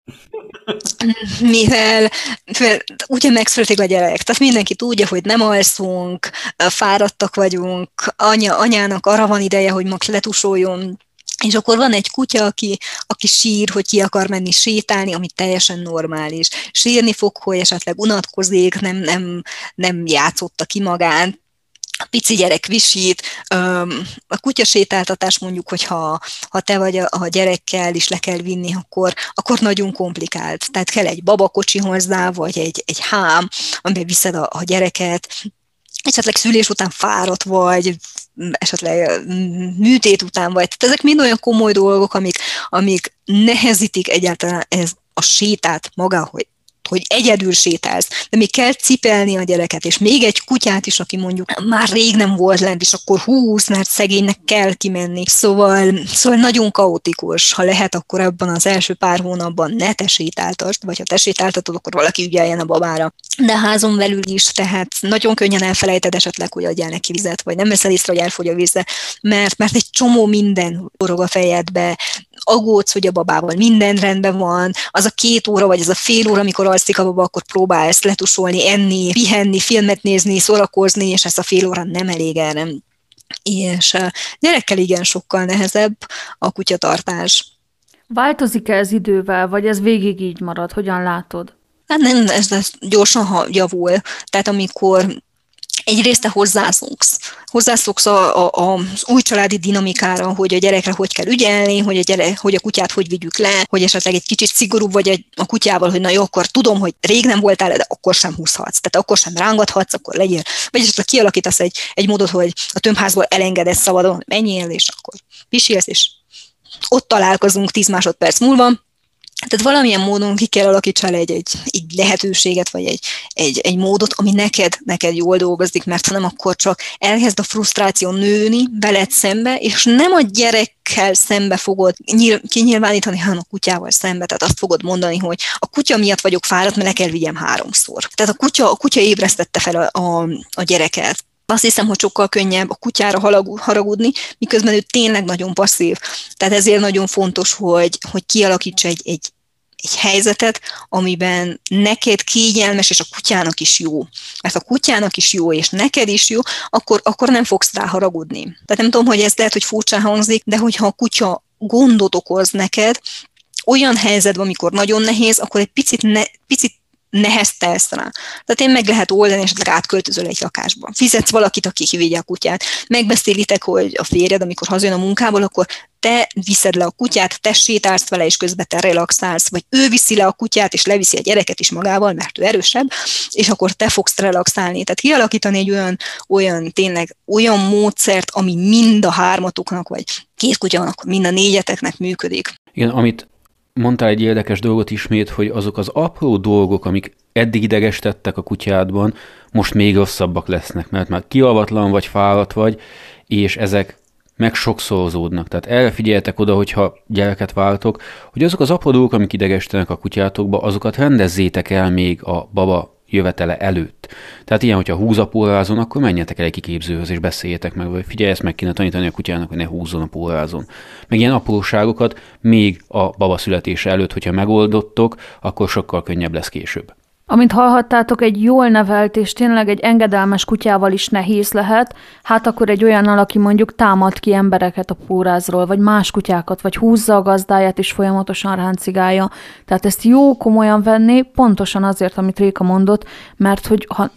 Mivel ugye megszületik a gyerek, tehát mindenki tudja, hogy nem alszunk, fáradtak vagyunk, anyának arra van ideje, hogy max letusoljon, és akkor van egy kutya, aki sír, hogy ki akar menni sétálni, ami teljesen normális. Sírni fog, hogy esetleg unatkozik, nem játszotta ki magát. A pici gyerek visít, a kutyasétáltatás mondjuk, hogyha te vagy a gyerekkel is le kell vinni, akkor nagyon komplikált. Tehát kell egy babakocsi hozzá, vagy egy hám, amiben viszed a gyereket, esetleg szülés után fáradt vagy, esetleg műtét után vagy. Tehát ezek mind olyan komoly dolgok, amik nehezítik egyáltalán a sétát maga, hogy egyedül sétálsz, de még kell cipelni a gyereket, és még egy kutyát is, aki mondjuk már rég nem volt lent, és akkor húz, mert szegénynek kell kimenni. Szóval nagyon kaotikus, ha lehet, akkor abban az első pár hónapban ne te sétáltasd, vagy ha te sétáltatod, akkor valaki ügyeljen a babára. De házon belül is, tehát nagyon könnyen elfelejted esetleg, hogy adjál neki vizet, vagy nem veszed észre, hogy elfogy a vízre, mert egy csomó minden forog a fejedbe, aggódsz, hogy a babával minden rendben van, az a 2 óra, vagy az a fél óra, amikor alszik a baba, akkor próbálsz letusolni, enni, pihenni, filmet nézni, szórakozni, és ez a fél óra nem elég erre. És gyerekkel igen sokkal nehezebb a kutyatartás. Változik-e ez idővel, vagy ez végig így marad? Hogyan látod? Hát nem, ez gyorsan javul. Tehát amikor egyrészt te hozzászoksz az új családi dinamikára, hogy a gyerekre hogy kell ügyelni, hogy a kutyát hogy vigyük le, hogy esetleg egy kicsit szigorúbb vagy a kutyával, hogy na jó, akkor tudom, hogy rég nem voltál, de akkor sem húzhatsz, tehát akkor sem rángathatsz, akkor legyél. Vagy esetleg kialakítasz egy módot, hogy a tömbházból elengedesz szabadon, menjél, és akkor pisilsz, és ott találkozunk 10 másodperc múlva. Tehát valamilyen módon ki kell alakítsál egy lehetőséget, vagy egy módot, ami neked jól dolgozik, mert ha nem, akkor csak elkezd a frusztráció nőni veled szembe, és nem a gyerekkel szembe fogod kinyilvánítani, hanem a kutyával szembe. Tehát azt fogod mondani, hogy a kutya miatt vagyok fáradt, mert le kell vigyem 3-szor. Tehát a kutya ébresztette fel a gyereket. Azt hiszem, hogy sokkal könnyebb a kutyára haragudni, miközben ő tényleg nagyon passzív. Tehát ezért nagyon fontos, hogy kialakíts egy helyzetet, amiben neked kényelmes, és a kutyának is jó. Mert a kutyának is jó, és neked is jó, akkor nem fogsz rá haragudni. Tehát nem tudom, hogy ez lehet, hogy furcsán hangzik, de hogyha a kutya gondot okoz neked, olyan helyzetben, amikor nagyon nehéz, akkor egy picit neheztelsz rá. Tehát én meg lehet oldani, esetleg átköltözöl egy lakásba. Fizetsz valakit, aki kivigye a kutyát. Megbeszélitek, hogy a férjed, amikor hazajön a munkából, akkor te viszed le a kutyát, te sétálsz vele, és közben te relaxálsz, vagy ő viszi le a kutyát, és leviszi a gyereket is magával, mert ő erősebb, és akkor te fogsz relaxálni. Tehát kialakítani egy olyan módszert, ami mind a 3-atoknak, vagy 2 kutya, mind a 4-eteknek működik. Igen, amit mondtál egy érdekes dolgot ismét, hogy azok az apró dolgok, amik eddig idegestettek a kutyádban, most még rosszabbak lesznek, mert már kialvatlan vagy, fáradt vagy, és ezek meg sokszorozódnak. Tehát erre figyeljetek oda, hogyha gyereket váltok, hogy azok az apró dolgok, amik idegesítenek a kutyátokba, azokat rendezzétek el még a baba jövetele előtt. Tehát ilyen, hogyha húz a pórázon, akkor menjetek el egy kiképzőhöz, és beszéljetek meg, vagy figyelj, ezt meg kéne tanítani a kutyának, hogy ne húzzon a pórázon. Meg ilyen apróságokat még a baba születése előtt, hogyha megoldottok, akkor sokkal könnyebb lesz később. Amint hallhattátok, egy jól nevelt és tényleg egy engedelmes kutyával is nehéz lehet, hát akkor egy olyannal, aki mondjuk támad ki embereket a pórázról, vagy más kutyákat, vagy húzza a gazdáját és folyamatosan ráncigálja. Tehát ezt jó komolyan venni, pontosan azért, amit Réka mondott, mert hogy ha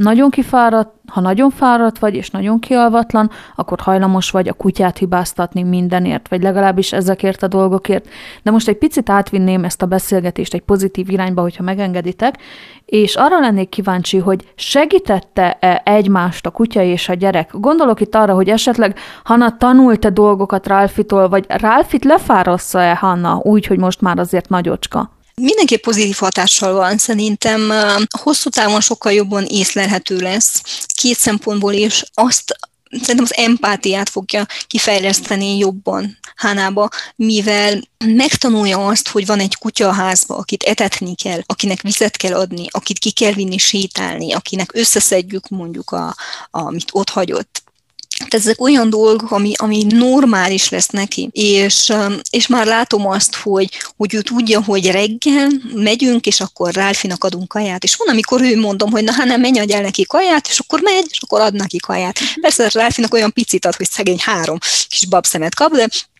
nagyon fáradt vagy, és nagyon kialvatlan, akkor hajlamos vagy a kutyát hibáztatni mindenért, vagy legalábbis ezekért a dolgokért. De most egy picit átvinném ezt a beszélgetést egy pozitív irányba, hogyha megengeditek, és arra lennék kíváncsi, hogy segítette-e egymást a kutya és a gyerek? Gondolok itt arra, hogy esetleg Hanna tanult-e dolgokat Ralphitól, vagy Ralphit lefáraszta-e Hanna úgy, hogy most már azért nagyocska? Mindenképp pozitív hatással van, szerintem hosszú távon sokkal jobban észlelhető lesz, 2 szempontból is, szerintem az empátiát fogja kifejleszteni jobban Hannába, mivel megtanulja azt, hogy van egy kutya a házba, akit etetni kell, akinek vizet kell adni, akit ki kell vinni sétálni, akinek összeszedjük mondjuk amit ott hagyott. Tehát ezek olyan dolgok, ami normális lesz neki, és már látom azt, hogy ő tudja, hogy reggel megyünk, és akkor Ralphinak adunk kaját, és van, amikor ő mondom, hogy na, nem, menj, adj el neki kaját, és akkor megy, és akkor ad neki kaját. Persze Ralphinak olyan picit ad, hogy szegény 3 kis babszemet kap,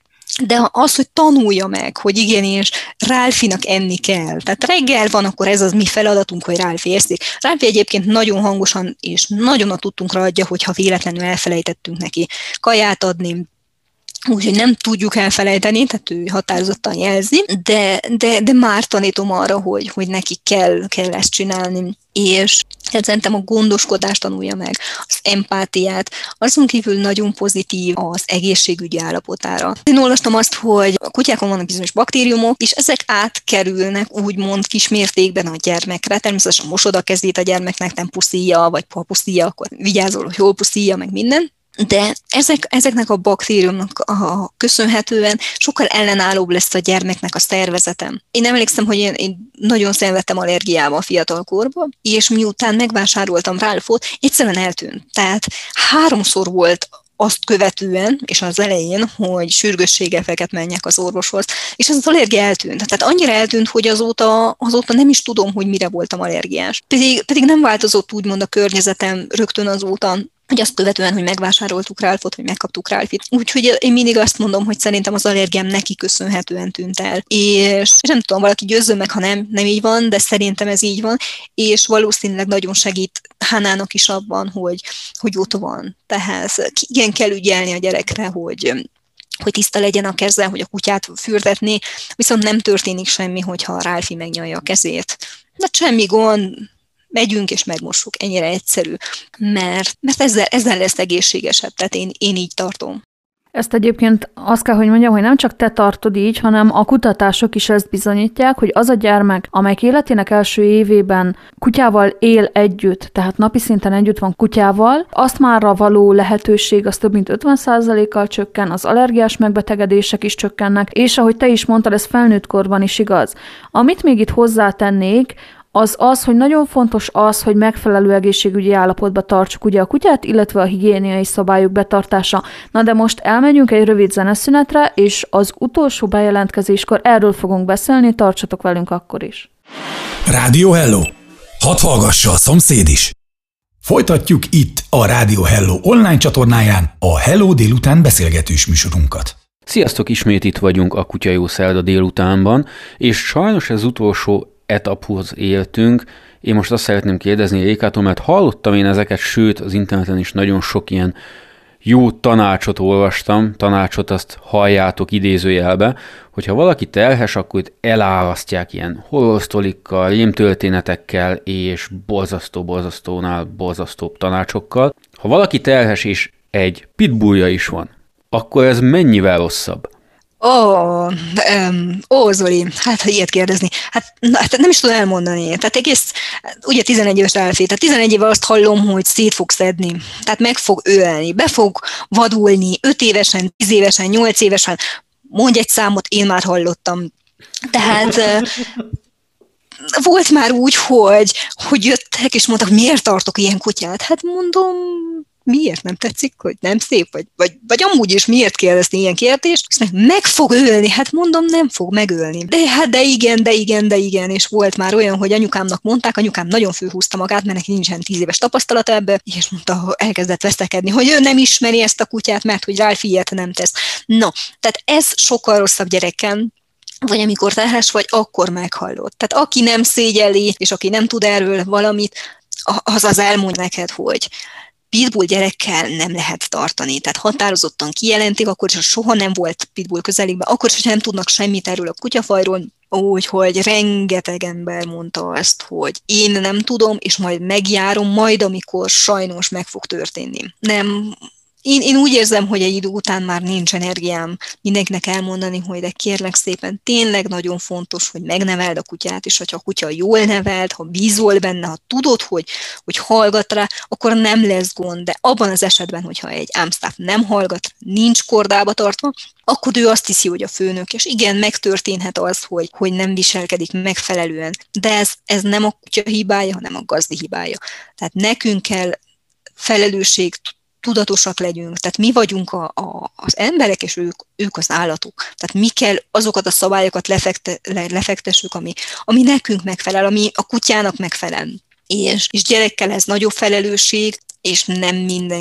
de az, hogy tanulja meg, hogy igenis Ralphinak enni kell. Tehát reggel van, akkor ez az mi feladatunk, hogy Ralphi eszik. Ralphi egyébként nagyon hangosan és nagyon a tudtunkra adja, hogyha véletlenül elfelejtettünk neki kaját adni, úgyhogy nem tudjuk elfelejteni, tehát ő határozottan jelzi, de már tanítom arra, hogy neki kell ezt csinálni. És szerintem a gondoskodást tanulja meg, az empátiát, azon kívül nagyon pozitív az egészségügyi állapotára. Én olvastam azt, hogy a kutyákon vannak bizonyos baktériumok, és ezek átkerülnek úgymond kismértékben a gyermekre. Természetesen mosod a kezét a gyermeknek, nem puszíja, vagy ha puszíja, akkor vigyázol, hogy jól puszíja, meg minden. De ezeknek a baktériumnak köszönhetően sokkal ellenállóbb lesz a gyermeknek a szervezetem. Én emlékszem, hogy én nagyon szenvedtem allergiával fiatalkorban, és miután megvásároltam Ralphot, egyszerűen eltűnt. Tehát 3-szor volt azt követően, és az elején, hogy sürgősséggel kellett menjek az orvoshoz, és ez az allergia eltűnt. Tehát annyira eltűnt, hogy azóta nem is tudom, hogy mire voltam allergiás. Pedig nem változott úgymond a környezetem rögtön azóta, hogy azt követően, hogy megvásároltuk Ralphot, hogy megkaptuk Ralphit. Úgyhogy én mindig azt mondom, hogy szerintem az allergiám neki köszönhetően tűnt el. És nem tudom, valaki győzzön meg, ha nem így van, de szerintem ez így van, és valószínűleg nagyon segít Hannának is abban, hogy ott van. Tehát igen, kell ügyelni a gyerekre, hogy tiszta legyen a keze, hogy a kutyát fürdetni, viszont nem történik semmi, hogyha Ralphie megnyalja a kezét. De semmi gond, megyünk és megmossuk, ennyire egyszerű, mert ezzel lesz egészségesebb, tehát én így tartom. Ezt egyébként azt kell, hogy mondjam, hogy nem csak te tartod így, hanem a kutatások is ezt bizonyítják, hogy az a gyermek, amelyik életének első évében kutyával él együtt, tehát napi szinten együtt van kutyával, azt márra való lehetőség az több mint 50%-kal csökken, az allergiás megbetegedések is csökkennek, és ahogy te is mondtad, ez felnőtt korban is igaz. Amit még itt hozzátennék, az, hogy nagyon fontos az, hogy megfelelő egészségügyi állapotba tartsuk ugye a kutyát, illetve a higiéniai szabályok betartása. Na de most elmegyünk egy rövid zeneszünetre, és az utolsó bejelentkezéskor erről fogunk beszélni, tartsatok velünk akkor is. Rádió Hello! Hadd hallgassa a szomszéd is! Folytatjuk itt a Rádió Hello online csatornáján a Hello délután beszélgetős műsorunkat. Sziasztok, ismét itt vagyunk a Kutya Jó Szerda délutánban, és sajnos ez utolsó etaphoz éltünk. Én most azt szeretném kérdezni Rékától, mert hallottam én ezeket, sőt az interneten is nagyon sok ilyen jó tanácsot olvastam, tanácsot azt halljátok idézőjelbe, hogyha valaki terhes, akkor itt elárasztják ilyen horrorsztorikkal, rémtörténetekkel és borzasztónál borzasztóbb tanácsokkal. Ha valaki terhes és egy pitbullja is van, akkor ez mennyivel rosszabb? Zoli, hát ha ilyet kérdezni, hát nem is tudom elmondani. Tehát egész, ugye 11 éves Ralphie, tehát 11 éve azt hallom, hogy szét fog szedni, tehát meg fog ölni, be fog vadulni, 5 évesen, 10 évesen, 8 évesen, mondj egy számot, én már hallottam. Tehát volt már úgy, hogy jöttek és mondtak, miért tartok ilyen kutyát? Hát mondom, miért nem tetszik, hogy nem szép, vagy amúgy is miért kérdezni ilyen kérdést, és meg fog ölni, hát mondom, nem fog megölni. De igen, és volt már olyan, hogy anyukámnak mondták, anyukám nagyon fölhúzta magát, mert neki nincsen 10 éves tapasztalata ebbe, és mondta, elkezdett veszekedni, hogy ő nem ismeri ezt a kutyát, mert hogy Ralphie ilyet nem tesz. Na, tehát ez sokkal rosszabb gyerekem, vagy amikor terhes vagy, akkor meghallod. Tehát aki nem szégyeli, és aki nem tud erről valamit, az elmondja neked, hogy pitbull gyerekkel nem lehet tartani, tehát határozottan kijelentik, akkor is soha nem volt pitbull közelében, akkor is, hogy nem tudnak semmit erről a kutyafajról, úgyhogy rengeteg ember mondta azt, hogy én nem tudom, és majd megjárom, majd amikor sajnos meg fog történni. Nem. Én úgy érzem, hogy egy idő után már nincs energiám mindenkinek elmondani, hogy de kérlek szépen, tényleg nagyon fontos, hogy megneveld a kutyát, és hogyha a kutya jól neveld, ha bízol benne, ha tudod, hogy hallgat rá, akkor nem lesz gond, de abban az esetben, hogyha egy Amstaff nem hallgat, nincs kordába tartva, akkor ő azt hiszi, hogy a főnök, és igen, megtörténhet az, hogy nem viselkedik megfelelően, de ez nem a kutya hibája, hanem a gazdi hibája. Tehát nekünk kell felelősség, tudatosak legyünk, tehát mi vagyunk az emberek, és ők az állatok. Tehát mi kell azokat a szabályokat lefektessük, ami nekünk megfelel, ami a kutyának megfelel. És gyerekkel ez nagyobb felelősség, és nem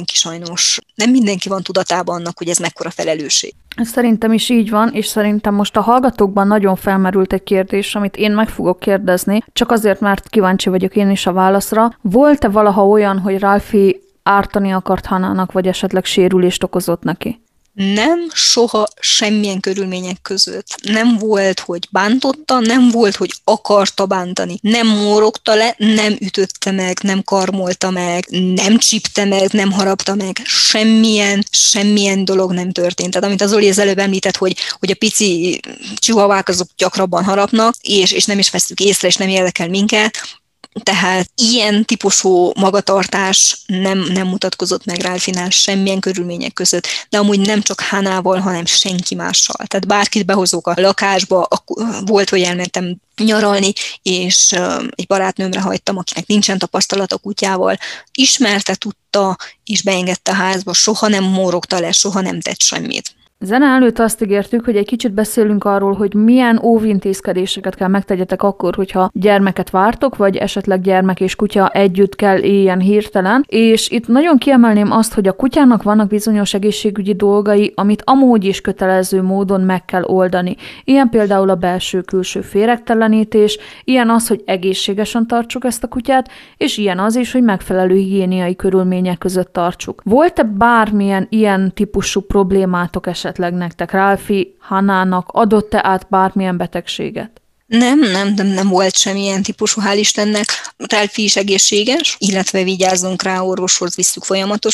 mindenki van tudatában annak, hogy ez mekkora felelősség. Szerintem is így van, és szerintem most a hallgatókban nagyon felmerült egy kérdés, amit én meg fogok kérdezni, csak azért, mert kíváncsi vagyok én is a válaszra. Volt-e valaha olyan, hogy Ralphie ártani akart Hannahnak, vagy esetleg sérülést okozott neki? Nem, soha semmilyen körülmények között. Nem volt, hogy bántotta, nem volt, hogy akarta bántani. Nem morogta le, nem ütötte meg, nem karmolta meg, nem csípte meg, nem harapta meg. Semmilyen dolog nem történt. Tehát amit az Zoli az előbb említett, hogy a pici csihuahák azok gyakrabban harapnak, és nem is vesszük észre, és nem érdekel minket. Tehát ilyen típusú magatartás nem mutatkozott meg Ralphie-nál semmilyen körülmények között, de amúgy nem csak Hannahval, hanem senki mással. Tehát bárkit behozok a lakásba, volt, hogy elmentem nyaralni, és egy barátnőmre hagytam, akinek nincsen tapasztalata kutyával, ismerte, tudta, és beengedte a házba, soha nem morogta le, soha nem tett semmit. Zene előtt azt ígértük, hogy egy kicsit beszélünk arról, hogy milyen óvintézkedéseket kell megtegyetek akkor, hogyha gyermeket vártok, vagy esetleg gyermek és kutya együtt kell éljen hirtelen. És itt nagyon kiemelném azt, hogy a kutyának vannak bizonyos egészségügyi dolgai, amit amúgy is kötelező módon meg kell oldani. Ilyen például a belső-külső féregtelenítés, ilyen az, hogy egészségesen tartsuk ezt a kutyát, és ilyen az is, hogy megfelelő higiéniai körülmények között tartsuk. Volt-e bármilyen ilyen típusú problémátok esetleg nektek? Ralphie Hannahnak adott-e át bármilyen betegséget? Nem volt semmilyen típusú, hál' Istennek. Ralphie is egészséges, illetve vigyázzunk rá, orvoshoz visszük folyamatosan.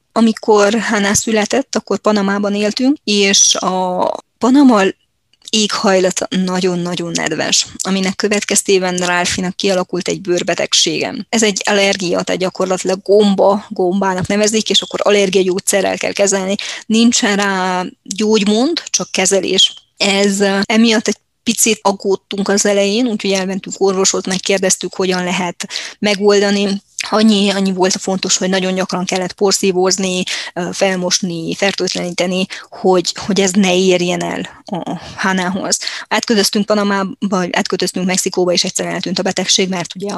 Amikor Hannah született, akkor Panamában éltünk, és a Panama éghajlata nagyon-nagyon nedves, aminek következtében Ralphie-nak kialakult egy bőrbetegsége. Ez egy allergia, tehát gyakorlatilag gombának nevezik, és akkor allergiagyógyszerrel kell kezelni. Nincsen rá gyógymód, csak kezelés. Ez emiatt egy picit aggódtunk az elején, úgyhogy elmentünk orvosot, megkérdeztük, hogyan lehet megoldani. Annyi volt a fontos, hogy nagyon gyakran kellett porszívózni, felmosni, fertőtleníteni, hogy ez ne érjen el a Hannahhoz. Átköltöztünk Panamába, átköltöztünk Mexikóba, és egyszerűen eltűnt a betegség, mert ugye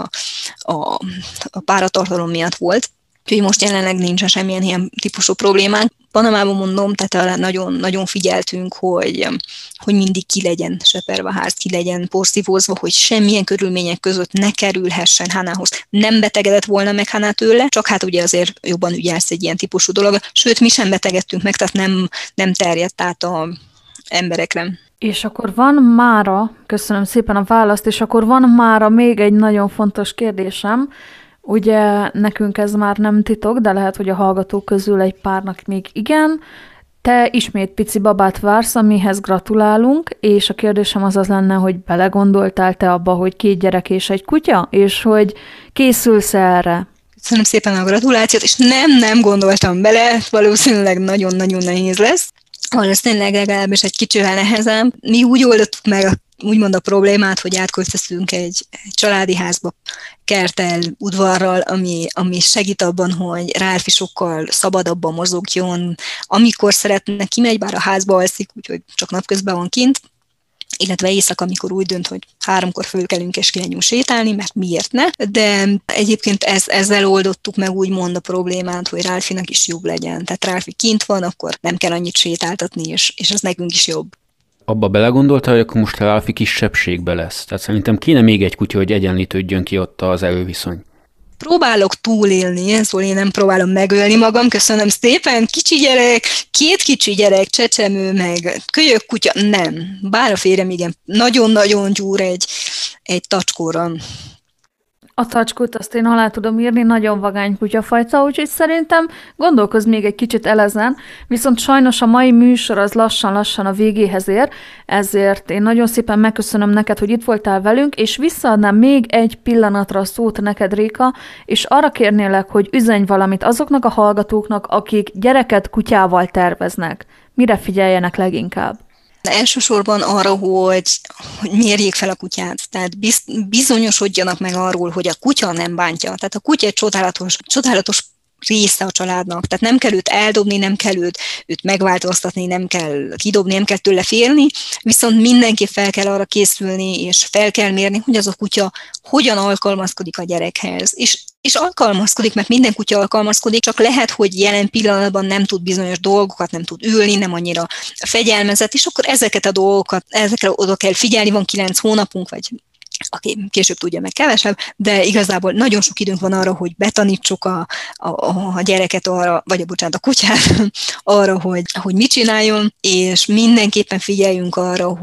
a páratartalom miatt volt. Úgyhogy most jelenleg nincsen semmilyen ilyen típusú problémánk. Panamában mondom, tehát nagyon, nagyon figyeltünk, hogy mindig ki legyen seperve a ház, ki legyen porszívózva, hogy semmilyen körülmények között ne kerülhessen Hannahhoz. Nem betegedett volna meg Hannah tőle, csak hát ugye azért jobban ügyelsz egy ilyen típusú dolog. Sőt, mi sem betegedtünk meg, tehát nem terjedt át az emberekre. És akkor van mára, köszönöm szépen a választ, és akkor van mára még egy nagyon fontos kérdésem. Ugye nekünk ez már nem titok, de lehet, hogy a hallgatók közül egy párnak még igen. Te ismét pici babát vársz, amihez gratulálunk, és a kérdésem az lenne, hogy belegondoltál te abba, hogy 2 gyerek és egy kutya, és hogy készülsz erre? Köszönöm szépen a gratulációt, és nem gondoltam bele, valószínűleg nagyon-nagyon nehéz lesz. Valószínűleg legalábbis egy kicsivel nehezem. Mi úgy oldottuk meg úgymond a problémát, hogy átköltöztünk egy családi házba, kerttel, udvarral, ami segít abban, hogy Ralphie sokkal szabadabban mozogjon, amikor szeretne, kimegy, bár a házba alszik, úgyhogy csak napközben van kint, illetve éjszaka, amikor úgy dönt, hogy 3-kor fölkelünk és kimegyünk sétálni, mert miért ne, de egyébként ezzel oldottuk meg úgymond a problémát, hogy Ralphie-nak is jobb legyen. Tehát Ralphie kint van, akkor nem kell annyit sétáltatni, és ez nekünk is jobb. Abba belegondoltál, hogy akkor most Ralphie kisebbségbe lesz? Tehát szerintem kéne még egy kutya, hogy egyenlítődjön ki ott az erőviszony. Próbálok túlélni, szóval én nem próbálom megölni magam, köszönöm szépen, kicsi gyerek, 2 kicsi gyerek, csecsemő, meg kölyök kutya, nem. Bár a férjem igen, nagyon-nagyon gyúr egy tacskóra. A tacskót azt én alá tudom írni, nagyon vagány kutyafajta, úgyhogy szerintem gondolkozz még egy kicsit ezen, viszont sajnos a mai műsor az lassan-lassan a végéhez ér, ezért én nagyon szépen megköszönöm neked, hogy itt voltál velünk, és visszaadnám még egy pillanatra a szót neked, Réka, és arra kérnélek, hogy üzenj valamit azoknak a hallgatóknak, akik gyereket kutyával terveznek. Mire figyeljenek leginkább? Elsősorban arra, hogy mérjék fel a kutyát, tehát bizonyosodjanak meg arról, hogy a kutya nem bántja. Tehát a kutya egy csodálatos része a családnak, tehát nem kell őt eldobni, nem kell őt megváltoztatni, nem kell kidobni, nem kell tőle félni, viszont mindenképp fel kell arra készülni, és fel kell mérni, hogy az a kutya hogyan alkalmazkodik a gyerekhez. És alkalmazkodik, mert minden kutya alkalmazkodik, csak lehet, hogy jelen pillanatban nem tud bizonyos dolgokat, nem tud ülni, nem annyira fegyelmezett, és akkor ezekre oda kell figyelni, van 9 hónapunk, vagy aki később tudja, meg kevesebb, de igazából nagyon sok időnk van arra, hogy betanítsuk a gyereket arra, vagy a kutyát arra, hogy mit csináljon, és mindenképpen figyeljünk arra,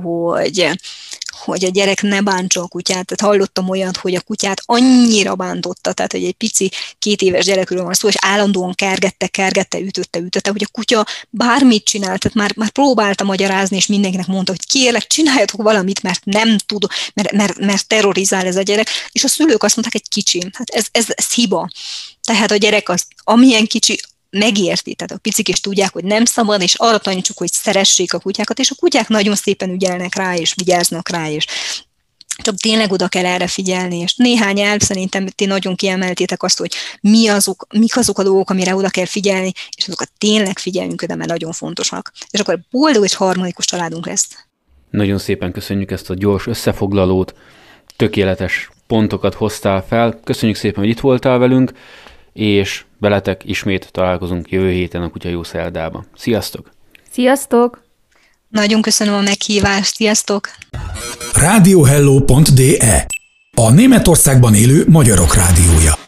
hogy a gyerek ne bántsa a kutyát. Tehát hallottam olyat, hogy a kutyát annyira bántotta, tehát hogy egy pici 2 éves gyerekről van szó, és állandóan kergette, ütötte, hogy a kutya bármit csinál, tehát már próbálta magyarázni, és mindenkinek mondta, hogy kérlek, csináljatok valamit, mert nem tud, mert terrorizál ez a gyerek, és a szülők azt mondták, egy kicsi. Hát ez hiba. Tehát a gyerek az, amilyen kicsi, megérti, tehát a picik is tudják, hogy nem szabad, és arra tanítsuk, hogy szeressék a kutyákat, és a kutyák nagyon szépen ügyelnek rá, és vigyáznak rá, és csak tényleg oda kell erre figyelni, és néhány elv szerintem ti nagyon kiemeltétek azt, hogy mik azok a dolgok, amire oda kell figyelni, és azokat tényleg figyeljünk oda, mert nagyon fontosak. És akkor boldog és harmonikus családunk lesz. Nagyon szépen köszönjük ezt a gyors összefoglalót, tökéletes pontokat hoztál fel. Köszönjük szépen, hogy itt voltál velünk, és veletek ismét találkozunk jövő héten a Kutya Jó Szerdában. Sziasztok! Sziasztok! Nagyon köszönöm a meghívást, sziasztok! Radiohello.de, a Németországban élő magyarok rádiója.